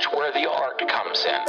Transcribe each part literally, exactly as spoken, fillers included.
watch where the arc comes in.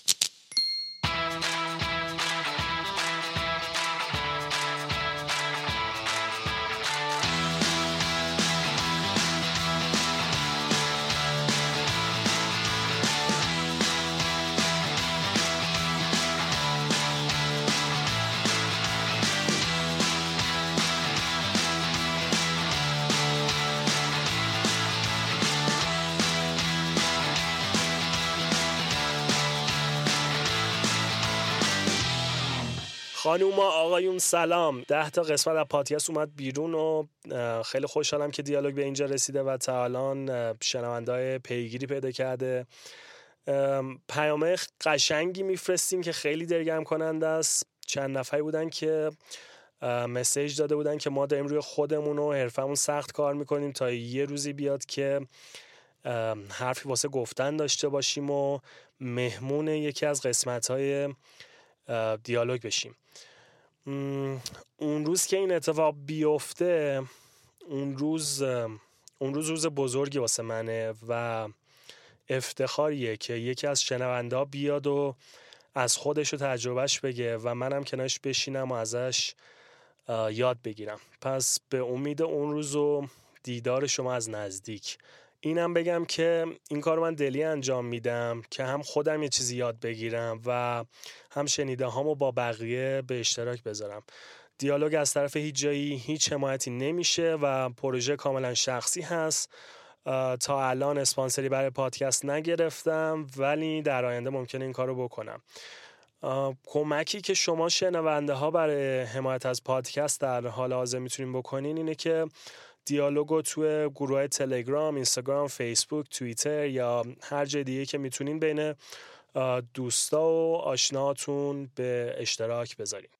خانوما آقایون سلام. ده تا قسمت از پادکست اومد بیرون و خیلی خوشحالم که دیالوگ به اینجا رسیده و تا الان شنونده‌های پیگیری پیدا کرده. پیامه قشنگی میفرستیم که خیلی دلگرم کننده است. چند نفری بودن که مسیج داده بودن که ما داریم روی خودمون و حرفمون سخت کار میکنیم تا یه روزی بیاد که حرفی واسه گفتن داشته باشیم و مهمون یکی از قسمت‌های دیالوگ بشیم. اون روز که این اتفاق بیفته، اون روز اون روز روز بزرگی واسه منه و افتخاریه که یکی از شنونده بیاد و از خودش و تجربهش بگه و منم کنارش بشینم و ازش یاد بگیرم. پس به امید اون روز و دیدار شما از نزدیک. اینم بگم که این کار من دلی انجام میدم که هم خودم یه چیزی یاد بگیرم و هم شنیده هامو با بقیه به اشتراک بذارم. دیالوگ از طرف هیچ جایی هیچ حمایتی نمیشه و پروژه کاملا شخصی هست. تا الان اسپانسری برای پادکست نگرفتم ولی در آینده ممکنه این کارو بکنم. کمکی که شما شنونده ها برای حمایت از پادکست در حال حاضر میتونین بکنین اینه که دیالوگو توی گروه تلگرام، اینستاگرام، فیسبوک، توییتر یا هر جای دیگه که میتونین بین دوستا و آشناهاتون به اشتراک بذارین.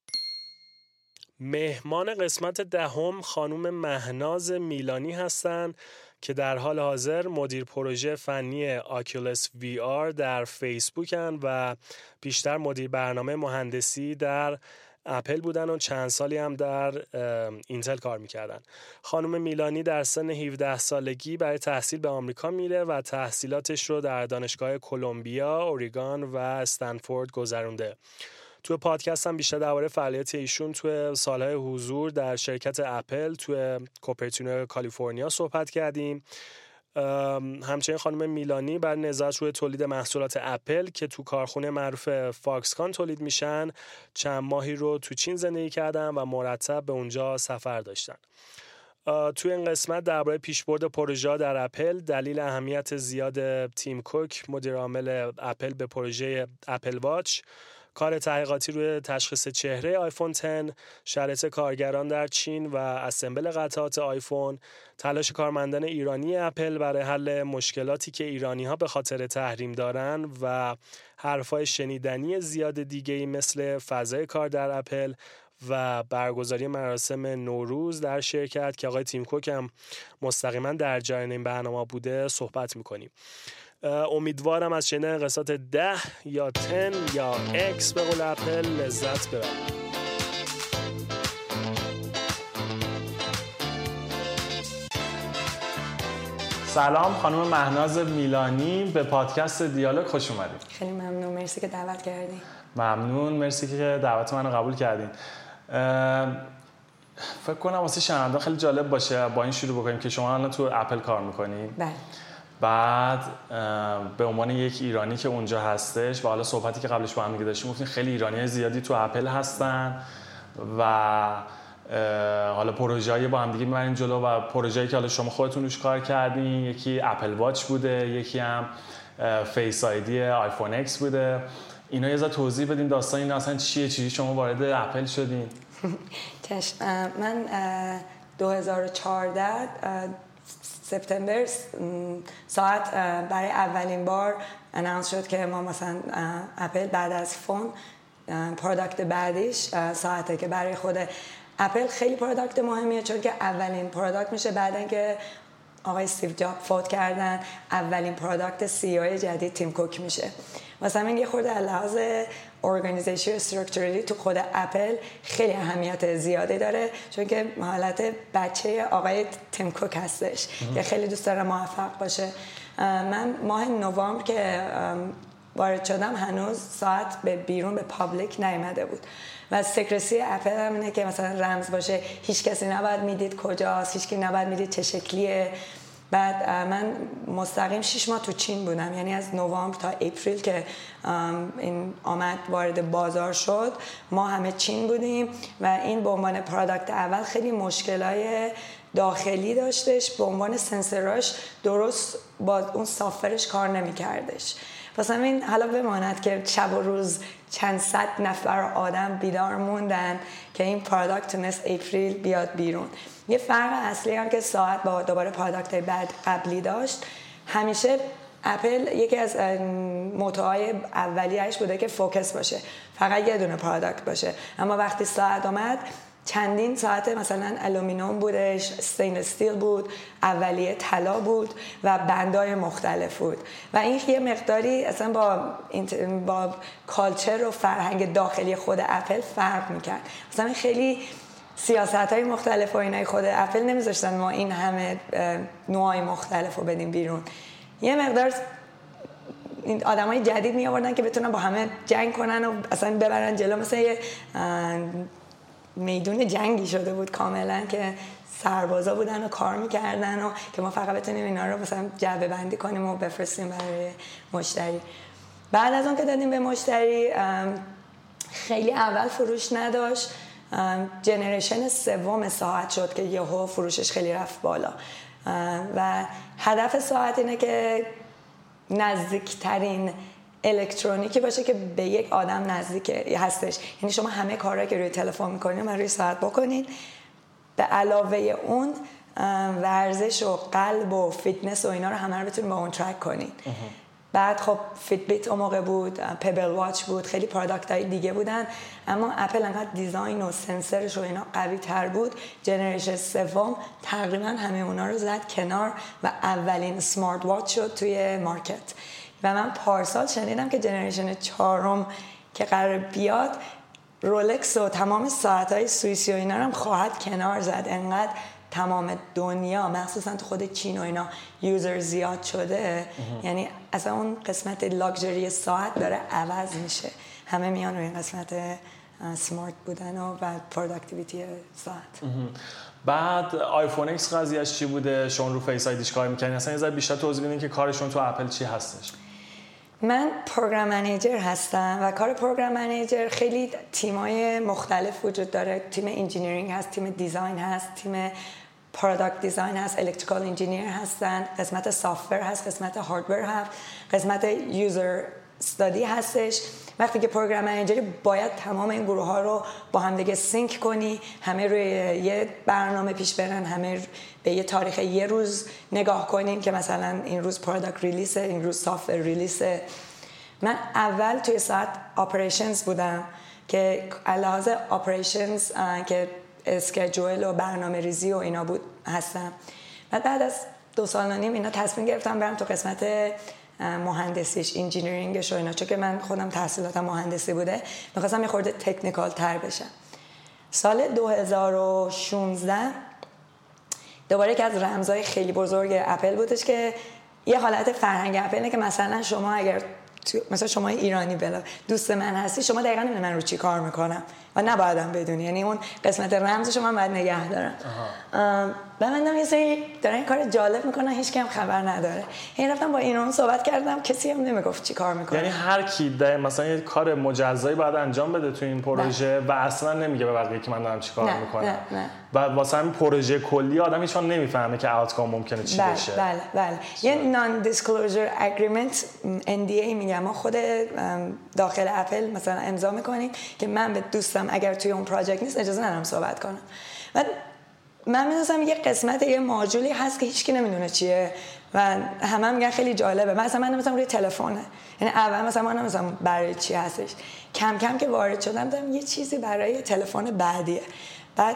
مهمان قسمت دهم خانم مهناز میلانی هستن که در حال حاضر مدیر پروژه فنی آکیولس وی آر در فیسبوکن و بیشتر مدیر برنامه مهندسی در اپل بودن و چند سالی هم در اینتل کار میکردن. خانم میلانی در سن هفده سالگی برای تحصیل به آمریکا میره و تحصیلاتش رو در دانشگاه کلمبیا، اوریگون و استنفورد گذرونده. توی پادکست هم بیشتر درباره فعالیت ایشون توی سالهای حضور در شرکت اپل توی کوپرتینو کالیفرنیا صحبت کردیم. همچنین خانم میلانی بر نظارت روی تولید محصولات اپل که تو کارخونه معروف فاکسکان تولید میشن چند ماهی رو تو چین زندگی کردن و مرتب به اونجا سفر داشتن. توی این قسمت درباره پیشبرد پروژه در اپل، دلیل اهمیت زیاد تیم کوک مدیر عامل اپل به پروژه اپل واچ، کار تحقیقاتی روی تشخیص چهره آیفون ده، شرایط کارگران در چین و اسمبل قطعات آیفون، تلاش کارمندان ایرانی اپل برای حل مشکلاتی که ایرانی‌ها به خاطر تحریم دارن و حرفای شنیدنی زیاد دیگه‌ای مثل فضای کار در اپل و برگزاری مراسم نوروز در شرکت که آقای تیم کوک هم مستقیما در جریان این برنامه بوده صحبت می‌کنیم. امیدوارم از شنیدن قسمت ده یا ده یا اکس به قول اپل لذت ببرید. سلام خانم مهناز میلانی، به پادکست دیالوگ خوش اومدید. خیلی ممنون، مرسی که دعوت کردین. ممنون، مرسی که دعوت منو قبول کردین. فکر کنم واسه شنوندا خیلی جالب باشه با این شروع بکنیم که شما الان تو اپل کار میکنین. بله. بعد به عنوان یک ایرانی که اونجا هستش و حالا صحبتی که قبلش با هم دیگه داشتیم گفتین خیلی ایرانی‌های زیادی تو اپل هستن و حالا پروژه‌ای با هم دیگه می‌برین جلو و پروژه‌ای که حالا شما خودتون روش کار کردین، یکی اپل واچ بوده، یکی هم فیس آیدی آیفون ایکس بوده. اینا یه ذره توضیح بدین داستان اینا اصلا چیه، چیزی شما وارد اپل شدین؟ چشم. من دو هزار و چهارده سپتامبر ساعت برای اولین بار اناونس شد که ما مثلا اپل بعد از فون پروداکت بعدیش ساعته که برای خود اپل خیلی پروداکت مهمیه چون که اولین پروداکت میشه بعد اینکه آقای استیو جاب فوت کردن، اولین پروداکت سی او جدید تیم کوک میشه. واسه همین یه خورده لحاظ ارگانیزیشن استراکچرالی تو خود اپل خیلی اهمیت زیادی داره، چون که حالت بچه آقای تیم کوک هستش که خیلی دوست داره موفق باشه. من ماه نوامبر که وارد شدم هنوز ساعت به بیرون به پابلیک نیامده بود و سکرسی اپل هم اینه که مثلا رمز باشه، هیچ کسی نباید میدید کجاست، هیچ کی نباید میدید چه شکلیه. بعد من مستقیم شش ماه تو چین بودم، یعنی از نوامبر تا اپریل که این آمد وارد بازار شد ما همه چین بودیم و این به عنوان پروداکت اول خیلی مشکلای داخلی داشتش، به عنوان سنسوراش درست با اون سافرش کار نمی‌کردش. واسه همین حالا بماند که شب و روز چند صد نفر آدم بیدار موندن که این پروداکت تونست اپریل بیاد بیرون. یه فرق اصلی هم که ساعت با دوباره پروداکت بعد قبلی داشت، همیشه اپل یکی از موتوهای اولیه‌اش بوده که فوکس باشه، فقط یه دونه پروداکت باشه. اما وقتی ساعت اومد چندین ساعت مثلا آلومینیوم بودش، استینلس استیل بود، اولیه طلا بود و بندای مختلف بود و این یه مقداری اصلا با با کالچر و فرهنگ داخلی خود اپل فرق میکرد. مثلا خیلی سیاست‌های مختلف و اینای خود اپل نمیذاشتن ما این همه نوعای مختلف رو بدیم بیرون. یه مقدار این آدمای جدید می آوردن که بتونن با همه جنگ کنن و اصلا ببرن جلو، مثلا یه میدون جنگی شده بود کاملا که سربازا بودن و کار میکردن و که ما فقط بتونیم اینا رو مثلا جعبه بندی کنیم و بفرستیم برای مشتری. بعد از اون که دادیم به مشتری خیلی اول فروش نداشت، جنریشن سوم ساعت شد که یهو فروشش خیلی رفت بالا و هدف ساعت اینه که نزدیکترین الکترونیکی باشه که به یک آدم نزدیک هستش. یعنی شما همه کارهایی که روی تلفن میکنین من روی ساعت بکنین، به علاوه اون ورزش و قلب و فیتنس و اینا رو همه رو بتونین با اون ترک کنین. بعد خب فیت بیت اون موقع بود، پبل واچ بود، خیلی پروداکت های دیگه بودن، اما اپل انقدر دیزاین و سنسرش و اینا قوی تر بود، جنریشن سوم تقریبا همه اونا رو زد کنار و اولین سمارت واچ شد توی مارکت. و من پارسال شنیدم که جنریشن چهارم که قرار بیاد رولکس و تمام ساعت‌های سوئیسی و اینا هم خواهد کنار زد. انقدر تمام دنیا مخصوصا تو خود چین و اینا یوزر زیاد شده، یعنی اصلا اون قسمت لاکچری ساعت داره عوض میشه، همه میان روی این قسمت سمارت بودن و بعد پروداکتیویتی ساعت. بعد آیفون ایکس قضیهش چی بوده؟ شما رو فیس آیدیش کار میکنین؟ اصلا یه ذره بیشتر توضیح بدین که کارشون تو اپل چی هستش. من پروگرام منیجر هستم و کار پروگرام منیجر خیلی تیمای مختلف وجود داره. تیم انجینیرینگ هست، تیم دیزاین هست، تیم پروداکت دیزاین هست، الکتریکال انجینیر هستن، قسمت سافتور هست، قسمت هاردور هست، قسمت یوزر استادی هستش. وقتی که پروگرام منیجری باید تمام این گروه ها رو با هم دیگه سینک کنی، همه روی یه برنامه پیش برن، همه به یه تاریخ یه روز نگاه کنین که مثلا این روز پروداکت ریلیسه، این روز سافتور ریلیسه. من اول توی ساعت آپریشنز بودم که علاوه آپریشنز که اسکیجول و برنامه ریزی و اینا بود هستم. و بعد از دو سال و نیم اینا تصمیم گرفتم برم تو قسمت مهندسیش، انجینیرینگش و اینا، چون که من خودم تحصیلاتم مهندسی بوده، می‌خواستم یه خورده تکنیکال تر بشم. سال دو هزار و شانزده دوباره که از رمزهای خیلی بزرگ اپل بودش که یه حالت فرهنگ اپله که مثلا شما اگر مثلا شما ایرانی بلا دوست من هستی، شما دقیقاً می‌دونی من رو چی کار میکنم و نبایدم بدونی، یعنی اون قسمت رمزش من باید نگه دارم. و من دارم یه سری دارن کار جالب میکنن، هیچ کی هم خبر نداره. این رفتم با ایران صحبت کردم، کسی هم نمیگفت چی کار میکنه. یعنی هر کی ده مثلا یه کار مجزایی باید انجام بده تو این پروژه و اصلا نمیگه به بقیه که من دارم چی کار میکنم. نه نه. و واسه همین پروژه کلی آدم هیچ وقت نمیفهمه که آوتکام ممکنه چی بله بشه. بله بله. یه نان دیسکلوزر اگریمنت ان دی ای میگم، ما خود داخل اپل مثلا امضا میکنیم که من به دوستم اگر توی اون پروژه نیست اجازه ندارم صحبت کنم. و من می‌دونم یه قسمت یه ماژولی هست که هیچکی نمیدونه چیه و همه هم میگن خیلی جالبه. مثلا من مثلا روی تلفنه، یعنی اول مثلا من مثلا برای چی هستش، کم کم که وارد شدم دیدم یه چیزی برای تلفن بعدیه. بعد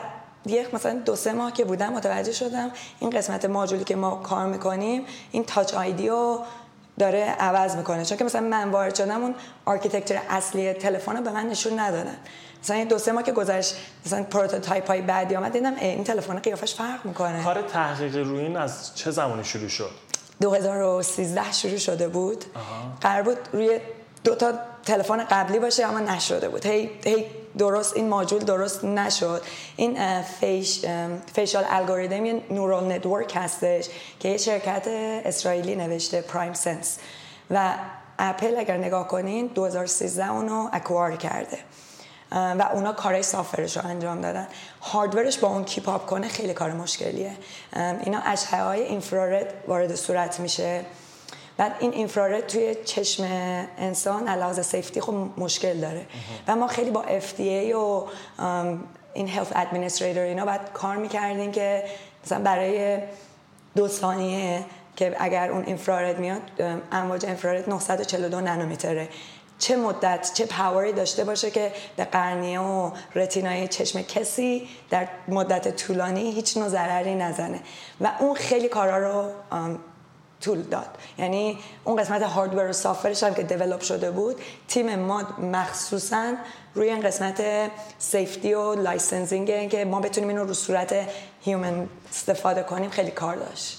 یه مثلا دو سه ماه که بودم متوجه شدم این قسمت ماژولی که ما کار میکنیم این تاچ آیدی رو داره عوض میکنه، چون که مثلا من وارد شدم اون آرکیتکچر اصلی تلفن رو به من نشون ندادن. مثلا این دو سه ماه که گذشت مثلا پروتوتایپ های بعدی اومد دیدم این تلفن قیافش فرق میکنه. کار تحقیق روی این از چه زمانی شروع شد؟ دو هزار و سیزده شروع شده بود. قرار بود روی دو تا تلفن قبلی باشه اما نشده بود. هی هی درست این ماژول درست نشد. این فیش فیشال الگوریتم یه نورال نتورک هستش که یه شرکت اسرائیلی نوشته، پرایم سنس، و اپل اگر نگاه کنین دو هزار و سیزده اونو اکوار کرده و اونا کارهای سافرش رو انجام دادن. هاردورش با اون کیپ اپ کنه خیلی کار مشکلیه. اینا اشعه های اینفرارد وارد صورت میشه، بعد این اینفرارد توی چشم انسان علاوه سیفتی خب مشکل داره و ما خیلی با اف دی ای و این هلت ادمنستریتور اینا بعد کار میکردیم که مثلا برای دو ثانیه که اگر اون اینفرارد میاد، امواج اینفرارد نهصد و چهل و دو نانومتره، چه مدت چه پاوری داشته باشه که به قرنیه و رتینای چشم کسی در مدت طولانی هیچ نوع ضرری نزنه و اون خیلی کارا رو طول داد. یعنی اون قسمت هاردور و سافتورش هم که دیولپ شده بود، تیم ما مخصوصا روی این قسمت سیفتی و لایسنسینگ که ما بتونیم اینو رو صورت هیومن استفاده کنیم خیلی کار داشت.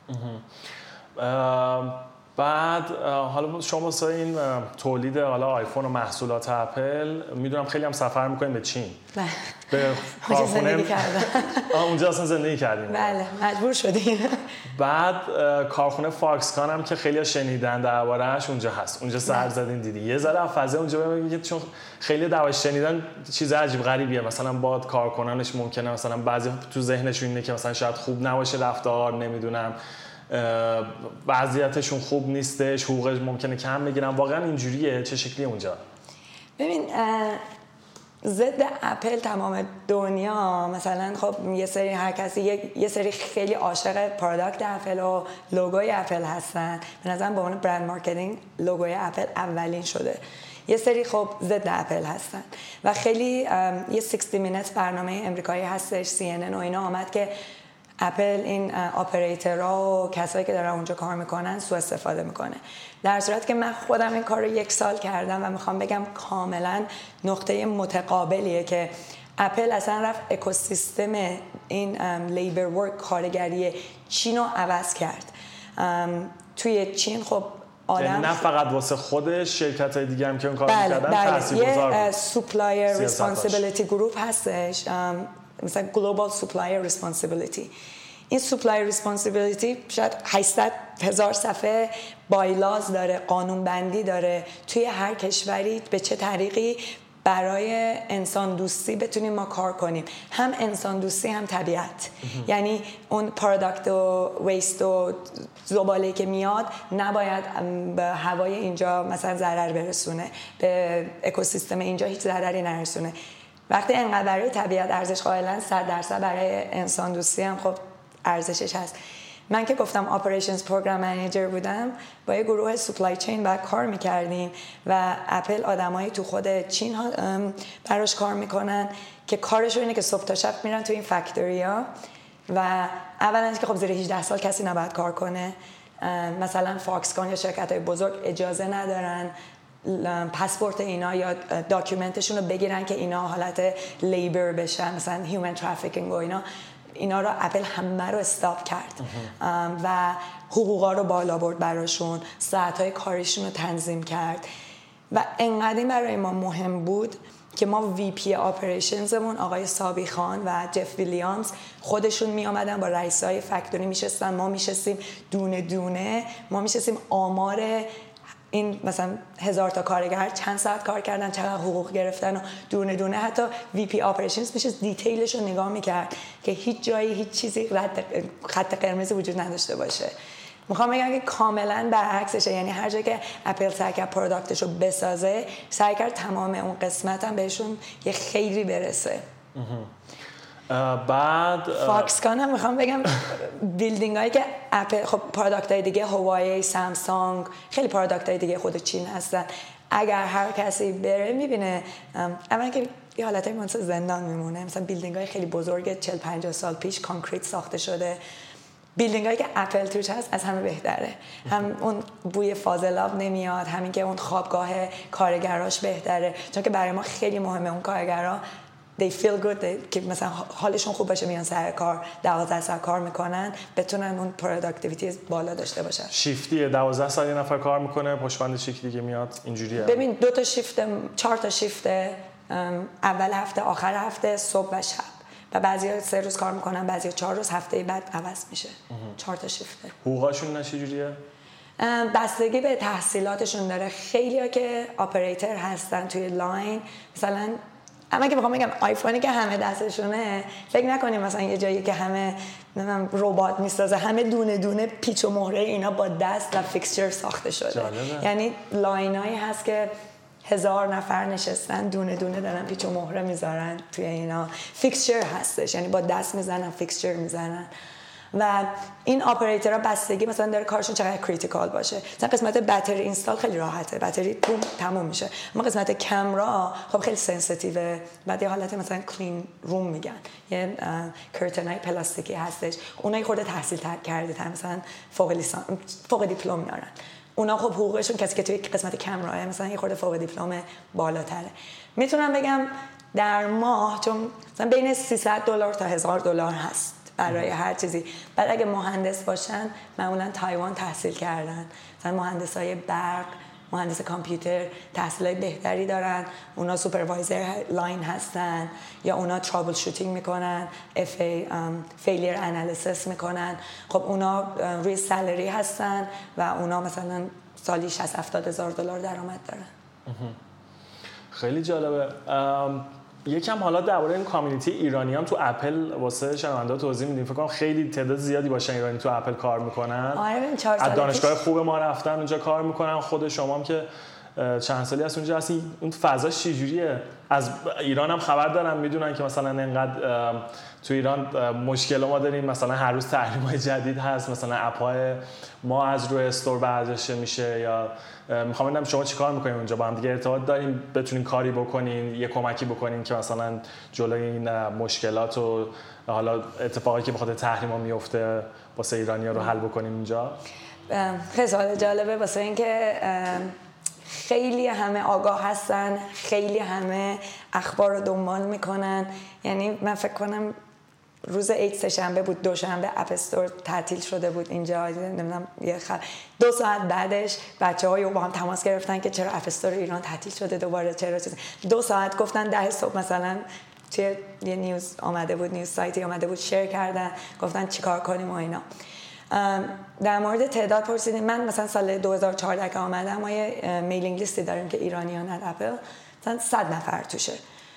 بعد حالا شما واسه این تولید حالا آیفون و محصولات اپل میدونم خیلی هم سفر میکنین به چین. بله. به کارخونه کردم. اونجا اصلا زندگی کردیم. بله مجبور شدیم. بعد کارخونه فاکسکان هم که خیلی شنیدن درباره‌اش اونجا هست. اونجا سر زدین دیدی. یه ذره فضا اونجا ببینید چون خیلی دعواش شنیدن چیز عجیب غریبیه. مثلا با کارکنانش ممکنه مثلا بعضی تو ذهنشون اینه که مثلا شاید خوب نباشه رفتار، نمیدونم وضعیتشون خوب نیستش، حقوقش ممکنه کم بگیرن. واقعا اینجوریه؟ چه شکلیه اونجا؟ ببین ضد اپل تمام دنیا مثلا خب یه سری هر کسی یه سری خیلی عاشق پروداکت اپل و لوگوی اپل هستن. به نظرم با اون برند مارکتینگ لوگوی اپل اولین شده. یه سری خب ضد اپل هستن و خیلی یه شصت مینت برنامه امریکایی هستش، سی ان ان و اینا آمد که اپل این اپریتورها و کسایی که دارن اونجا کار میکنن سوء استفاده میکنه، در صورتی که من خودم این کار رو یک سال کردم و میخوام بگم کاملا نقطه متقابلیه که اپل اصلا رفت اکوسیستم این لیبر ورک کارگری چین رو عوض کرد. توی چین خب آدم یعنی نه فقط واسه خودش، شرکت های دیگه هم که اون کار بله میکردن بله تاثیرگذار بود. یه سوپلایر ریسپانسیبیلیتی گروپ هستش، مثلا Global Supplier Responsibility. این Supplier Responsibility شاید هشتصد هزار صفحه بایلاز داره، قانون بندی داره توی هر کشوری به چه طریقی برای انسان دوستی بتونیم ما کار کنیم، هم انسان دوستی هم طبیعت. یعنی اون پروداکت و ویست و زباله‌ای که میاد نباید به هوای اینجا مثلا ضرر برسونه، به اکوسیستم اینجا هیچ ضرری نرسونه. وقتی انقدر برای طبیعت ارزش قائلن، صد درصد برای انسان دوستی هم خب ارزشش هست. من که گفتم آپریشنز پروگرام منیجر بودم، با یه گروه سپلای چین بعد کار میکردیم و اپل آدمایی تو خود چین ها براش کار میکنن که کارشون اینه که صبح تا شب میرن تو این فکتوریا و اولا که خب زیر هجده سال کسی نباید کار کنه. مثلا فاکسکان یا شرکت های بزرگ اجازه ندارن پاسپورت اینا یا داکیومنتشون رو بگیرن که اینا حالت لیبر بشن، مثلا هیومن ترافیکینگ و اینا اینا رو اپل همه رو استاپ کرد و حقوقا رو بالا برد براشون، ساعتهای کاریشون رو تنظیم کرد و انقدر برای ما مهم بود که ما وی پی آپریشنزمون آقای صابی خان و جف ویلیامز خودشون می آمدن با رئیسای فکتوری میشستن، ما میشستیم دونه دونه، ما میشستیم آمار این مثلا هزار تا کارگر چند ساعت کار کردن، چقدر حقوق گرفتن و دونه دونه حتی وی پی آپریشنز میشه دیتیلش رو نگاه میکرد که هیچ جایی هیچ چیزی رد خط قرمزی وجود نداشته باشه. میخوام بگم که کاملا برعکسشه، یعنی هر جایی که اپل سعی کرد پروداکتش رو بسازه سعی کرد تمام اون قسمت هم بهشون یه خیری برسه. بعد فاکسکان هم میخوام بگم بیلدینگ هایی که اپل خب پروداکت های دیگه هوایی، سامسونگ، خیلی پروداکت های دیگه خود چین هستن. اگر هر کسی بره میبینه اولا که یه حالتای مثل زندان میمونه. مثلا بیلدینگ های خیلی بزرگ چهل پنجاه سال پیش کانکریت ساخته شده، بیلدینگ هایی که اپل توش هست از همه بهتره. هم اون بوی فاضلاب نمیاد، همین که اون خوابگاه کارگراش بهتره، چون که برای ما خیلی مهمه اون کارگرا they feel good they, که مثلا حالشون خوب باشه، میان سر کار دوازده ساعت کار میکنن، بتونن اون پروداکتیویتی بالا داشته باشن. شیفتیه، دوازده ساعت یه نفر کار میکنه، پشتبند یکی دیگه میاد، اینجوریه. ببین دو تا شیفت، چهار تا شیفت، اول هفته آخر هفته صبح و شب، و بعضیا سه روز کار میکنن، بعضیا چهار روز، هفته بعد عوض میشه. چهار تا شیفته. حقوقاشون نه چجوریه؟ بستگی به تحصیلاتشون داره. خیلیا که اپراتور هستن توی لاین، مثلا اما که بخوام بگم آیفونی که همه دستشونه، فکر نکنیم مثلا یه جایی که همه نمیدونم ربات میسازه، همه دونه دونه پیچ و مهره اینا با دست و فیکسچر ساخته شده. جالبه. یعنی لاینایی هست که هزار نفر نشستن دونه دونه دارن پیچ و مهره میذارن توی اینا، فیکسچر هستش، یعنی با دست میزنن فیکسچر میزنن. و این اپراتورها بستگی مثلا داره کارشون چقدر کریتیکال باشه. مثلا قسمت باتری اینستال خیلی راحته، باتری بوم تموم میشه. اما قسمت کامرا خب خیلی سنسیتیوه، بعد یه حالت مثلا کلین روم میگن، یه کرتنای پلاستیکی هستش، اونایی خورده تحصیل کرده تر، مثلا فوق لیسانس فوق دیپلم میارن، اونا خب حقوقشون کسی که توی قسمت کامرا مثلا یه خورده فوق دیپلم بالاتره. میتونم بگم در ماه چون مثلا بین سیصد دلار تا هزار دلار هست برای هر چیزی. بعد اگه مهندس باشن معمولا تایوان تحصیل کردن، مثلا مهندسای برق، مهندس کامپیوتر تحصیلای بهتری دارن، اونا سوپروایزر لاین هستن، یا اونا ترابل شوتینگ میکنن، اف ای فیلیر انالیسیس میکنن. خب اونا روی سالری هستن و اونا مثلا سالی شصت هفتاد هزار دلار درآمد دارن. خیلی جالبه. یکم حالا درباره این کامیونیتی ایرانی هم تو اپل واسه شنوندا توضیح میدیم. فکر کنم خیلی تعداد زیادی باشن ایرانی تو اپل کار میکنن. آره ببین چهار سال از دانشگاه خوب ما رفتن اونجا کار میکنن. خود شما هم که چند سالی از اونجا هستی، اون فضاش چجوریه؟ از ایران هم خبر دارم، میدونن که مثلا اینقدر تو ایران مشکل ما داریم، مثلا هر روز تحریم‌های جدید هست، مثلا اپ‌های ما از روی استور برداشته میشه. یا میخوام ببینم شما چیکار میکنین اونجا، با هم دیگه ارتباط دارین بتونین کاری بکنین، یه کمکی بکنین که مثلا جلوی این مشکلات و حالا اتفاقی که بخاطر تحریم‌ها میفته واسه ایرانی‌ها رو حل بکنین اونجا؟ خیلی سوال جالبه، واسه اینکه خیلی همه آگاه هستن، خیلی همه اخبار رو دنبال میکنن. یعنی من فکر کنم روز عید سه شنبه بود، دوشنبه اپ استور تعطیل شده بود اینجا، نمیدونم یه خب دو ساعت بعدش بچه‌ها با هم تماس گرفتن که چرا اپ استور ایران تعطیل شده دوباره، چرا چیز. دو ساعت گفتن ده صبح مثلا توی یه نیوز آمده بود، نیوز سایتی آمده بود، شیر کردن، گفتن چیکار کنیم و اینا. در مورد تعداد پرسیدیم. من مثلا سال دو هزار و چهارده که آمدم ما یه میلینگ لیستی داریم که ایرانیان از اپل مثلا صد نفر توشه.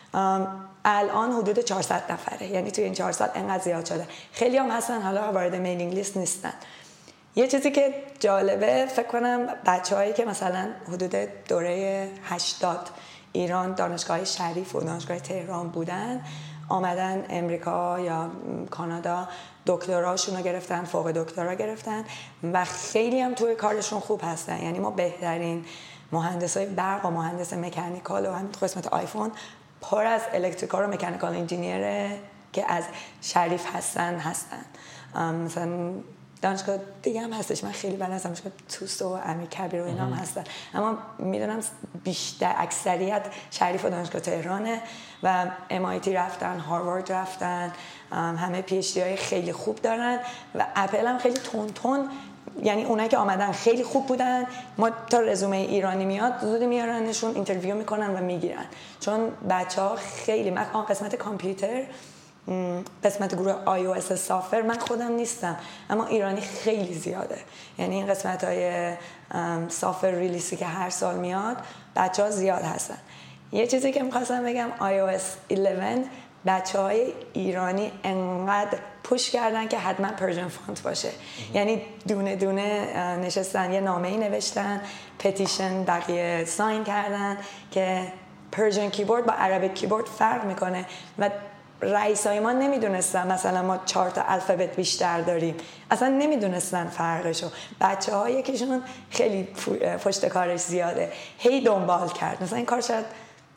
الان حدود چهارصد نفره، یعنی توی این چهار سال انقدر زیاد شده. خیلی هم هستن حالا وارد میلینگ لیست نیستن. یه چیزی که جالبه، فکر کنم بچه‌هایی که مثلا حدود دوره هشتاد ایران دانشگاه شریف و دانشگاه تهران بودن، آمدن امریکا یا کانادا دکتراشون رو گرفتن، فوق دکترا گرفتن و خیلی هم توی کارشون خوب هستن. یعنی ما بهترین مهندسای برق و مهندس مکانیکال و همین قسمت آیفون پر از الکتریکال و مکانیکال انجینیر که از شریف هستن هستن. مثلا دانشگاه دیگه هم هستش، من خیلی بلد هستم، دانشگاه توسو و امیر کبیر و اینا هم هستن، اما میدونم بیشتر اکثریت شریف و دانشگاه تهرانه و ام آی تی رفتن، هاروارد رفتن، همه پی اچ دی های خیلی خوب دارن و اپل هم خیلی تون تون، یعنی اونایی که آمدن خیلی خوب بودن. ما تا رزومه ایرانی میاد زود میارنشون، اینترویو میکنن و میگیرن، چون بچه‌ها خیلی، من قسمت کامپیوتر، قسمت گروه آی او اس سافر من خودم نیستم، اما ایرانی خیلی زیاده. یعنی این قسمت های سافر ریلیسی که هر سال میاد بچه ها زیاد هستن. یه چیزی که میخواستم بگم، آی او اس یازده بچه های ایرانی انقدر پوش کردن که حتما پرژن فونت باشه. یعنی دونه دونه نشستن یه نامه‌ای نوشتن، پتیشن بقیه ساین کردن که پرژن کیبورد با عربیک کیبورد فرق میکنه و رئیسای ما نمیدونستن مثلا ما چهار تا الفبت بیشتر داریم، اصلا نمیدونستن فرقشو. بچه ها یکیشون خیلی پشت کارش زیاده، هی دنبال کرد، مثلا این کار شاید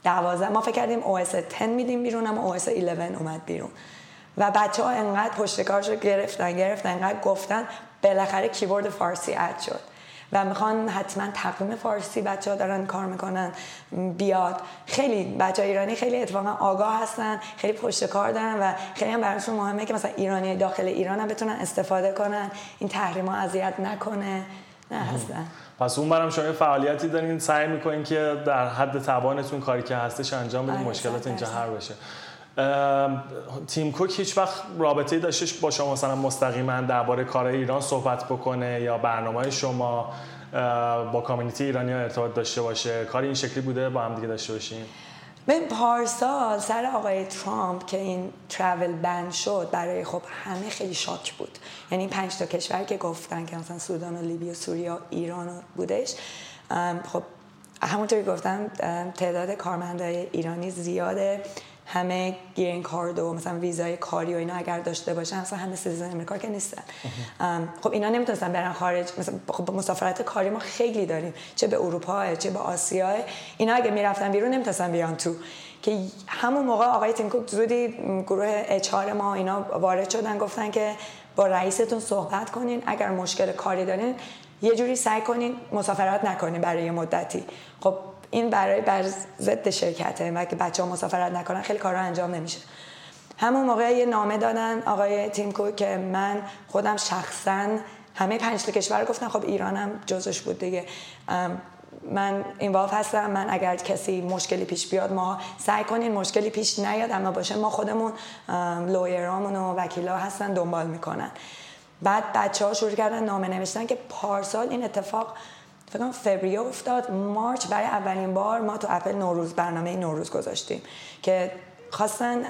دوازده ما فکر کردیم او اس ده میدیم بیرون، اما او اس یازده اومد بیرون و بچه ها انقدر پشت کارشو گرفتن گرفتن انقدر گفتن بالاخره کیبورد فارسی اد شد و میخوان حتما تقویم فارسی بچه ها دارن کار میکنن بیاد. خیلی بچه ها ایرانی خیلی اتفاقا آگاه هستن، خیلی پشت کار دارن و خیلی هم براشون مهمه که مثلا ایرانی داخل ایران هم بتونن استفاده کنن، این تحریما اذیت نکنه. نه هستن. پس اون برام شما فعالیتی دارین سعی میکنین که در حد توانتون کاری که هستش انجام بدین، مشکلات اینجا حل بشه. تیم کوک هیچ وقت رابطه‌ای داشتش با شما مثلا مستقیما درباره کارهای ایران صحبت بکنه یا برنامه‌های شما با کامیونیتی ایرانی ها ارتباط داشته باشه؟ کاری این شکلی بوده با هم دیگه داشته باشین؟ من پارسال سر آقای ترامپ که این ترافل بن شد برای خب همه خیلی شاک بود. یعنی پنج تا کشور که گفتن که مثلا سودان و لیبی و سوریه و ایران بودش، خب همونطوری گفتم تعداد کارمندای ایرانی زیاده، همه گرین کارد و مثلا ویزای کاری و اینا اگر داشته باشن مثلا همه سیتیزن امریکا که نیستن. خب اینا نمیتونستن برن خارج. مثلا خب مسافرت کاری ما خیلی داریم، چه به اروپا چه به آسیا، اینا اگه میرفتن بیرون نمیتونستن بیان تو. که همون موقع آقای تیم کوک زودی گروه اچ آر ما اینا وارد شدن، گفتن که با رئیستون صحبت کنین، اگر مشکل کاری دارین یه جوری سعی کنین مسافرت نکنین برای یه مدتی. خب این برای بر ضد شرکته و که بچه‌ها مسافرت نکنن خیلی کارا انجام نمیشه. همون موقع یه نامه دادن آقای تیم کوک که من خودم شخصا همه پنج تا کشور گفتن، خب ایرانم جزش بود دیگه، من اینوالو هستم، من اگر کسی مشکلی پیش بیاد ما سعی کنین مشکلی پیش نیاد، اما باشه ما خودمون لویرامون و وکیلا هستن دنبال میکنن. بعد بچه‌ها شروع کردن نامه نوشتن که پارسال این اتفاق فکر کنم فوریه افتاد، مارچ برای اولین بار ما تو اپل نوروز برنامه نوروز گذاشتیم که خواستن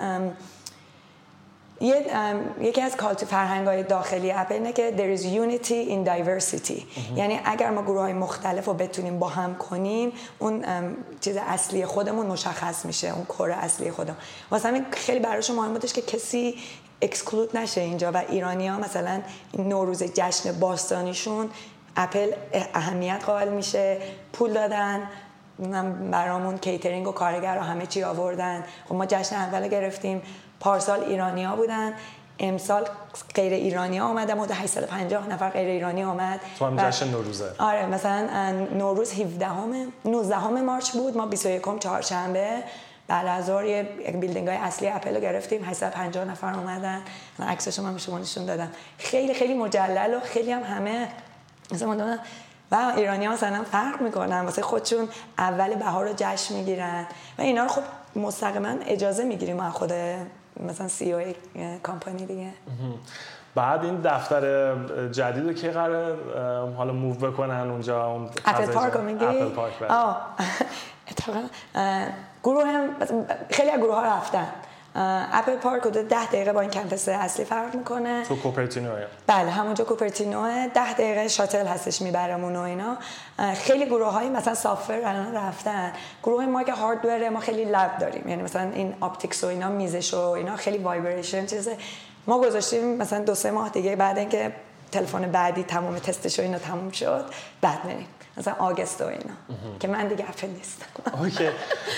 یه یکی از کالت فرهنگ‌های داخلی اپل اینه که there is unity in diversity. یعنی اگر ما گروه‌های مختلف رو بتونیم با هم کنیم اون چیز اصلی خودمون مشخص میشه، اون کور اصلی خودمون. واسه همین خیلی براشون مهم بودش که کسی اکسکلود نشه اینجا و ایرانی‌ها مثلا نوروز جشن باستانیشون اپل اهمیت قائل میشه، پول دادن برامون، کیترینگ و کارگر رو همه چی آوردن. خب ما جشن اول گرفتیم، پارسال ایرانی ها بودن، امسال غیر ایرانی ها آمدن، حدود هشتصد و پنجاه نفر غیر ایرانی آمد. تو هم جشن نوروزه؟ آره، مثلا نوروز هفدهم نوزدهم مارچ بود، ما بیست و یکم چهارشنبه بعد از ظهر یک بیلدینگ های اصلی اپل رو گرفتیم، هشتصد و پنجاه نفر اومدن. من عکسشو من به شما نشون دادم، خیلی خیلی مجلل و خیلی هم همه مثلا و ایرانی‌ها مثلا فرق میکنن، واسه خودشون اول بهار رو جشن میگیرن و اینا رو خب مستقیما اجازه میگیریم از خود مثلا سی او کمپانی دیگه. بعد این دفتر جدید رو که قراره حالا موو بکنن اونجا، اون اپل پارک رو میگی؟ اپل پارک بله. آه اتفاقا گروه هم خیلی از گروه ها رفتن. اپل پارک حدود ده دقیقه با این کمپس اصلی فرق میکنه. تو کوپرتینوه؟ بله همونجا کوپرتینوه، ده دقیقه شاتل هستش میبرمون و اینا. خیلی گروه های مثلا سافت‌ور الان رفتن. گروه ما که هاردور ما خیلی لب داریم، یعنی مثلا این اپتیکس و اینا میزش و اینا خیلی وایبریشن چیزه ما گذاشتیم مثلا دو سه ماه دیگه بعد اینکه تلفن بعدی تمام تستش و اینا تموم شد بعد بریم مثلا آگست و اینا که من دیگه اپل نیستم. اوکی.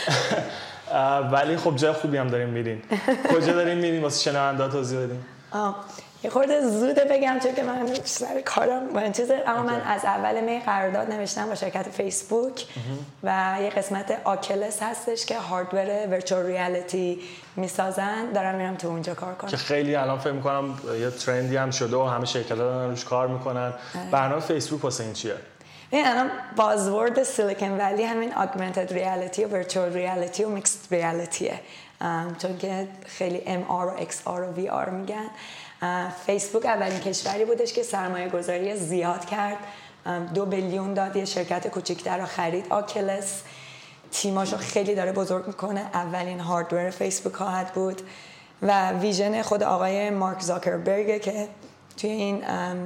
ولی خب جای خوبی هم داریم میرین. کجا داریم میرین واسه شنونده ها توضیح بدین؟ آه یه خورده زوده بگم چون که من سر کارم با این چیزه، اما من از اول می قرارداد نوشتم با شرکت فیسبوک و یه قسمت آکلس هستش که هاردور ورچوال ریالیتی میسازن، دارم میرم تو اونجا کار کنم که خیلی الان فکر میکنم یه ترندی هم شده و همه شرکت‌ها دارن روش کار میکنن. برنامه فیسبوک واسه این چیه؟ این الان بازورد سیلیکون ولی همین augmented reality و virtual reality و mixed realityه، چون که خیلی ام آر و ایکس آر و وی آر میگن. فیسبوک اولین کشوری بودش که سرمایه گذاری زیاد کرد، دو بیلیون داد، یه شرکت کوچیک‌تر رو خرید، آکلس تیماشو خیلی داره بزرگ میکنه، اولین هاردور فیسبوک خواهد بود و ویژن خود آقای مارک زاکربرگ که توی این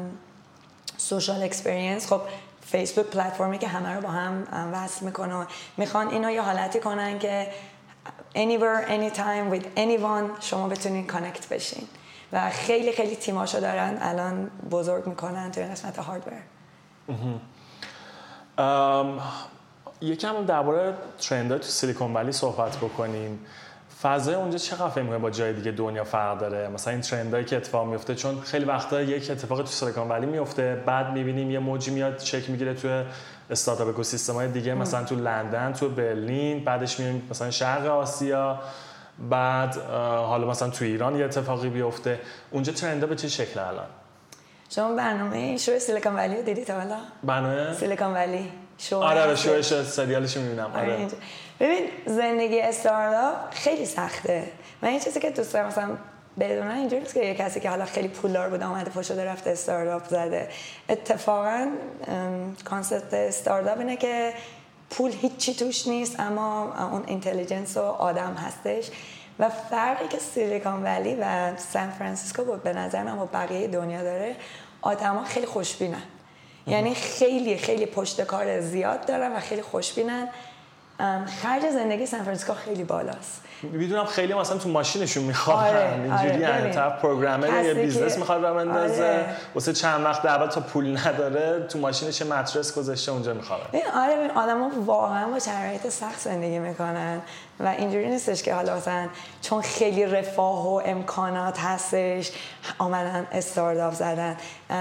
سوشال اکسپریانس، خب فیسبوک پلتفرمی که همه رو با هم وصل میکنه و میخوان اینو یه حالتی کنن که anywhere anytime with anyone شما بتونین کانکت بشین و خیلی خیلی تیماشو دارن الان بزرگ میکنن توی قسمت هاردور. یکم درباره ترندهای تو سیلیکون ولی صحبت بکنیم. فضای اونجا چقدر فکر می‌کنی با جای دیگه دنیا فرق داره؟ مثلا این ترندایی که اتفاق میفته، چون خیلی وقتا یک اتفاقی تو سیلیکون ولی میفته، بعد می‌بینیم یه موجی میاد شکل میگیره توی استارتاپ اکوسیستم‌های دیگه، مثلا تو لندن، تو برلین، بعدش میایم مثلا شرق آسیا، بعد حالا مثلا تو ایران یه اتفاقی بیفته. اونجا ترندا به چه شکل الان؟ شما برنامه شو سیلیکون ولی رو دیدید حالا؟ برنامه سیلیکون ولی شو؟ آره آره شوش سریالش میبینم. آره ببین زندگی استارتاپ خیلی سخته. من این چیزی که دوست دارم مثلا بدونن اینجوری نیست که یه کسی که حالا خیلی پولدار بوده اومده پا شده رفته استارتاپ زده. اتفاقا کانسپت استارتاپ اینه که پول هیچی توش نیست، اما اون اینتلیجنس و آدم هستش. و فرقی که سیلیکون ولی و سان فرانسیسکو به نظر من با بقیه دنیا داره، آدما خیلی خوشبینن. یعنی خیلی خیلی پشت کار زیاد دارن و خیلی خوشبینن. خرج زندگی سان فرانسیسکو خیلی بالاست. میدونم خیلی مثلا تو ماشینشون میخوان آره، اینجوری آره، ان طرف پروگرامر یه بیزنس میخواد راه بندازه، آره. واسه چند وقت اول تا پول نداره تو ماشینش مترس گذاشته اونجا میخواد. آره ببین آدما واقعا با شرایط سخت زندگی میکنن و اینجوری نیستش که حالا مثلا چون خیلی رفاه و امکانات هستش اومدن استارتاپ زدن.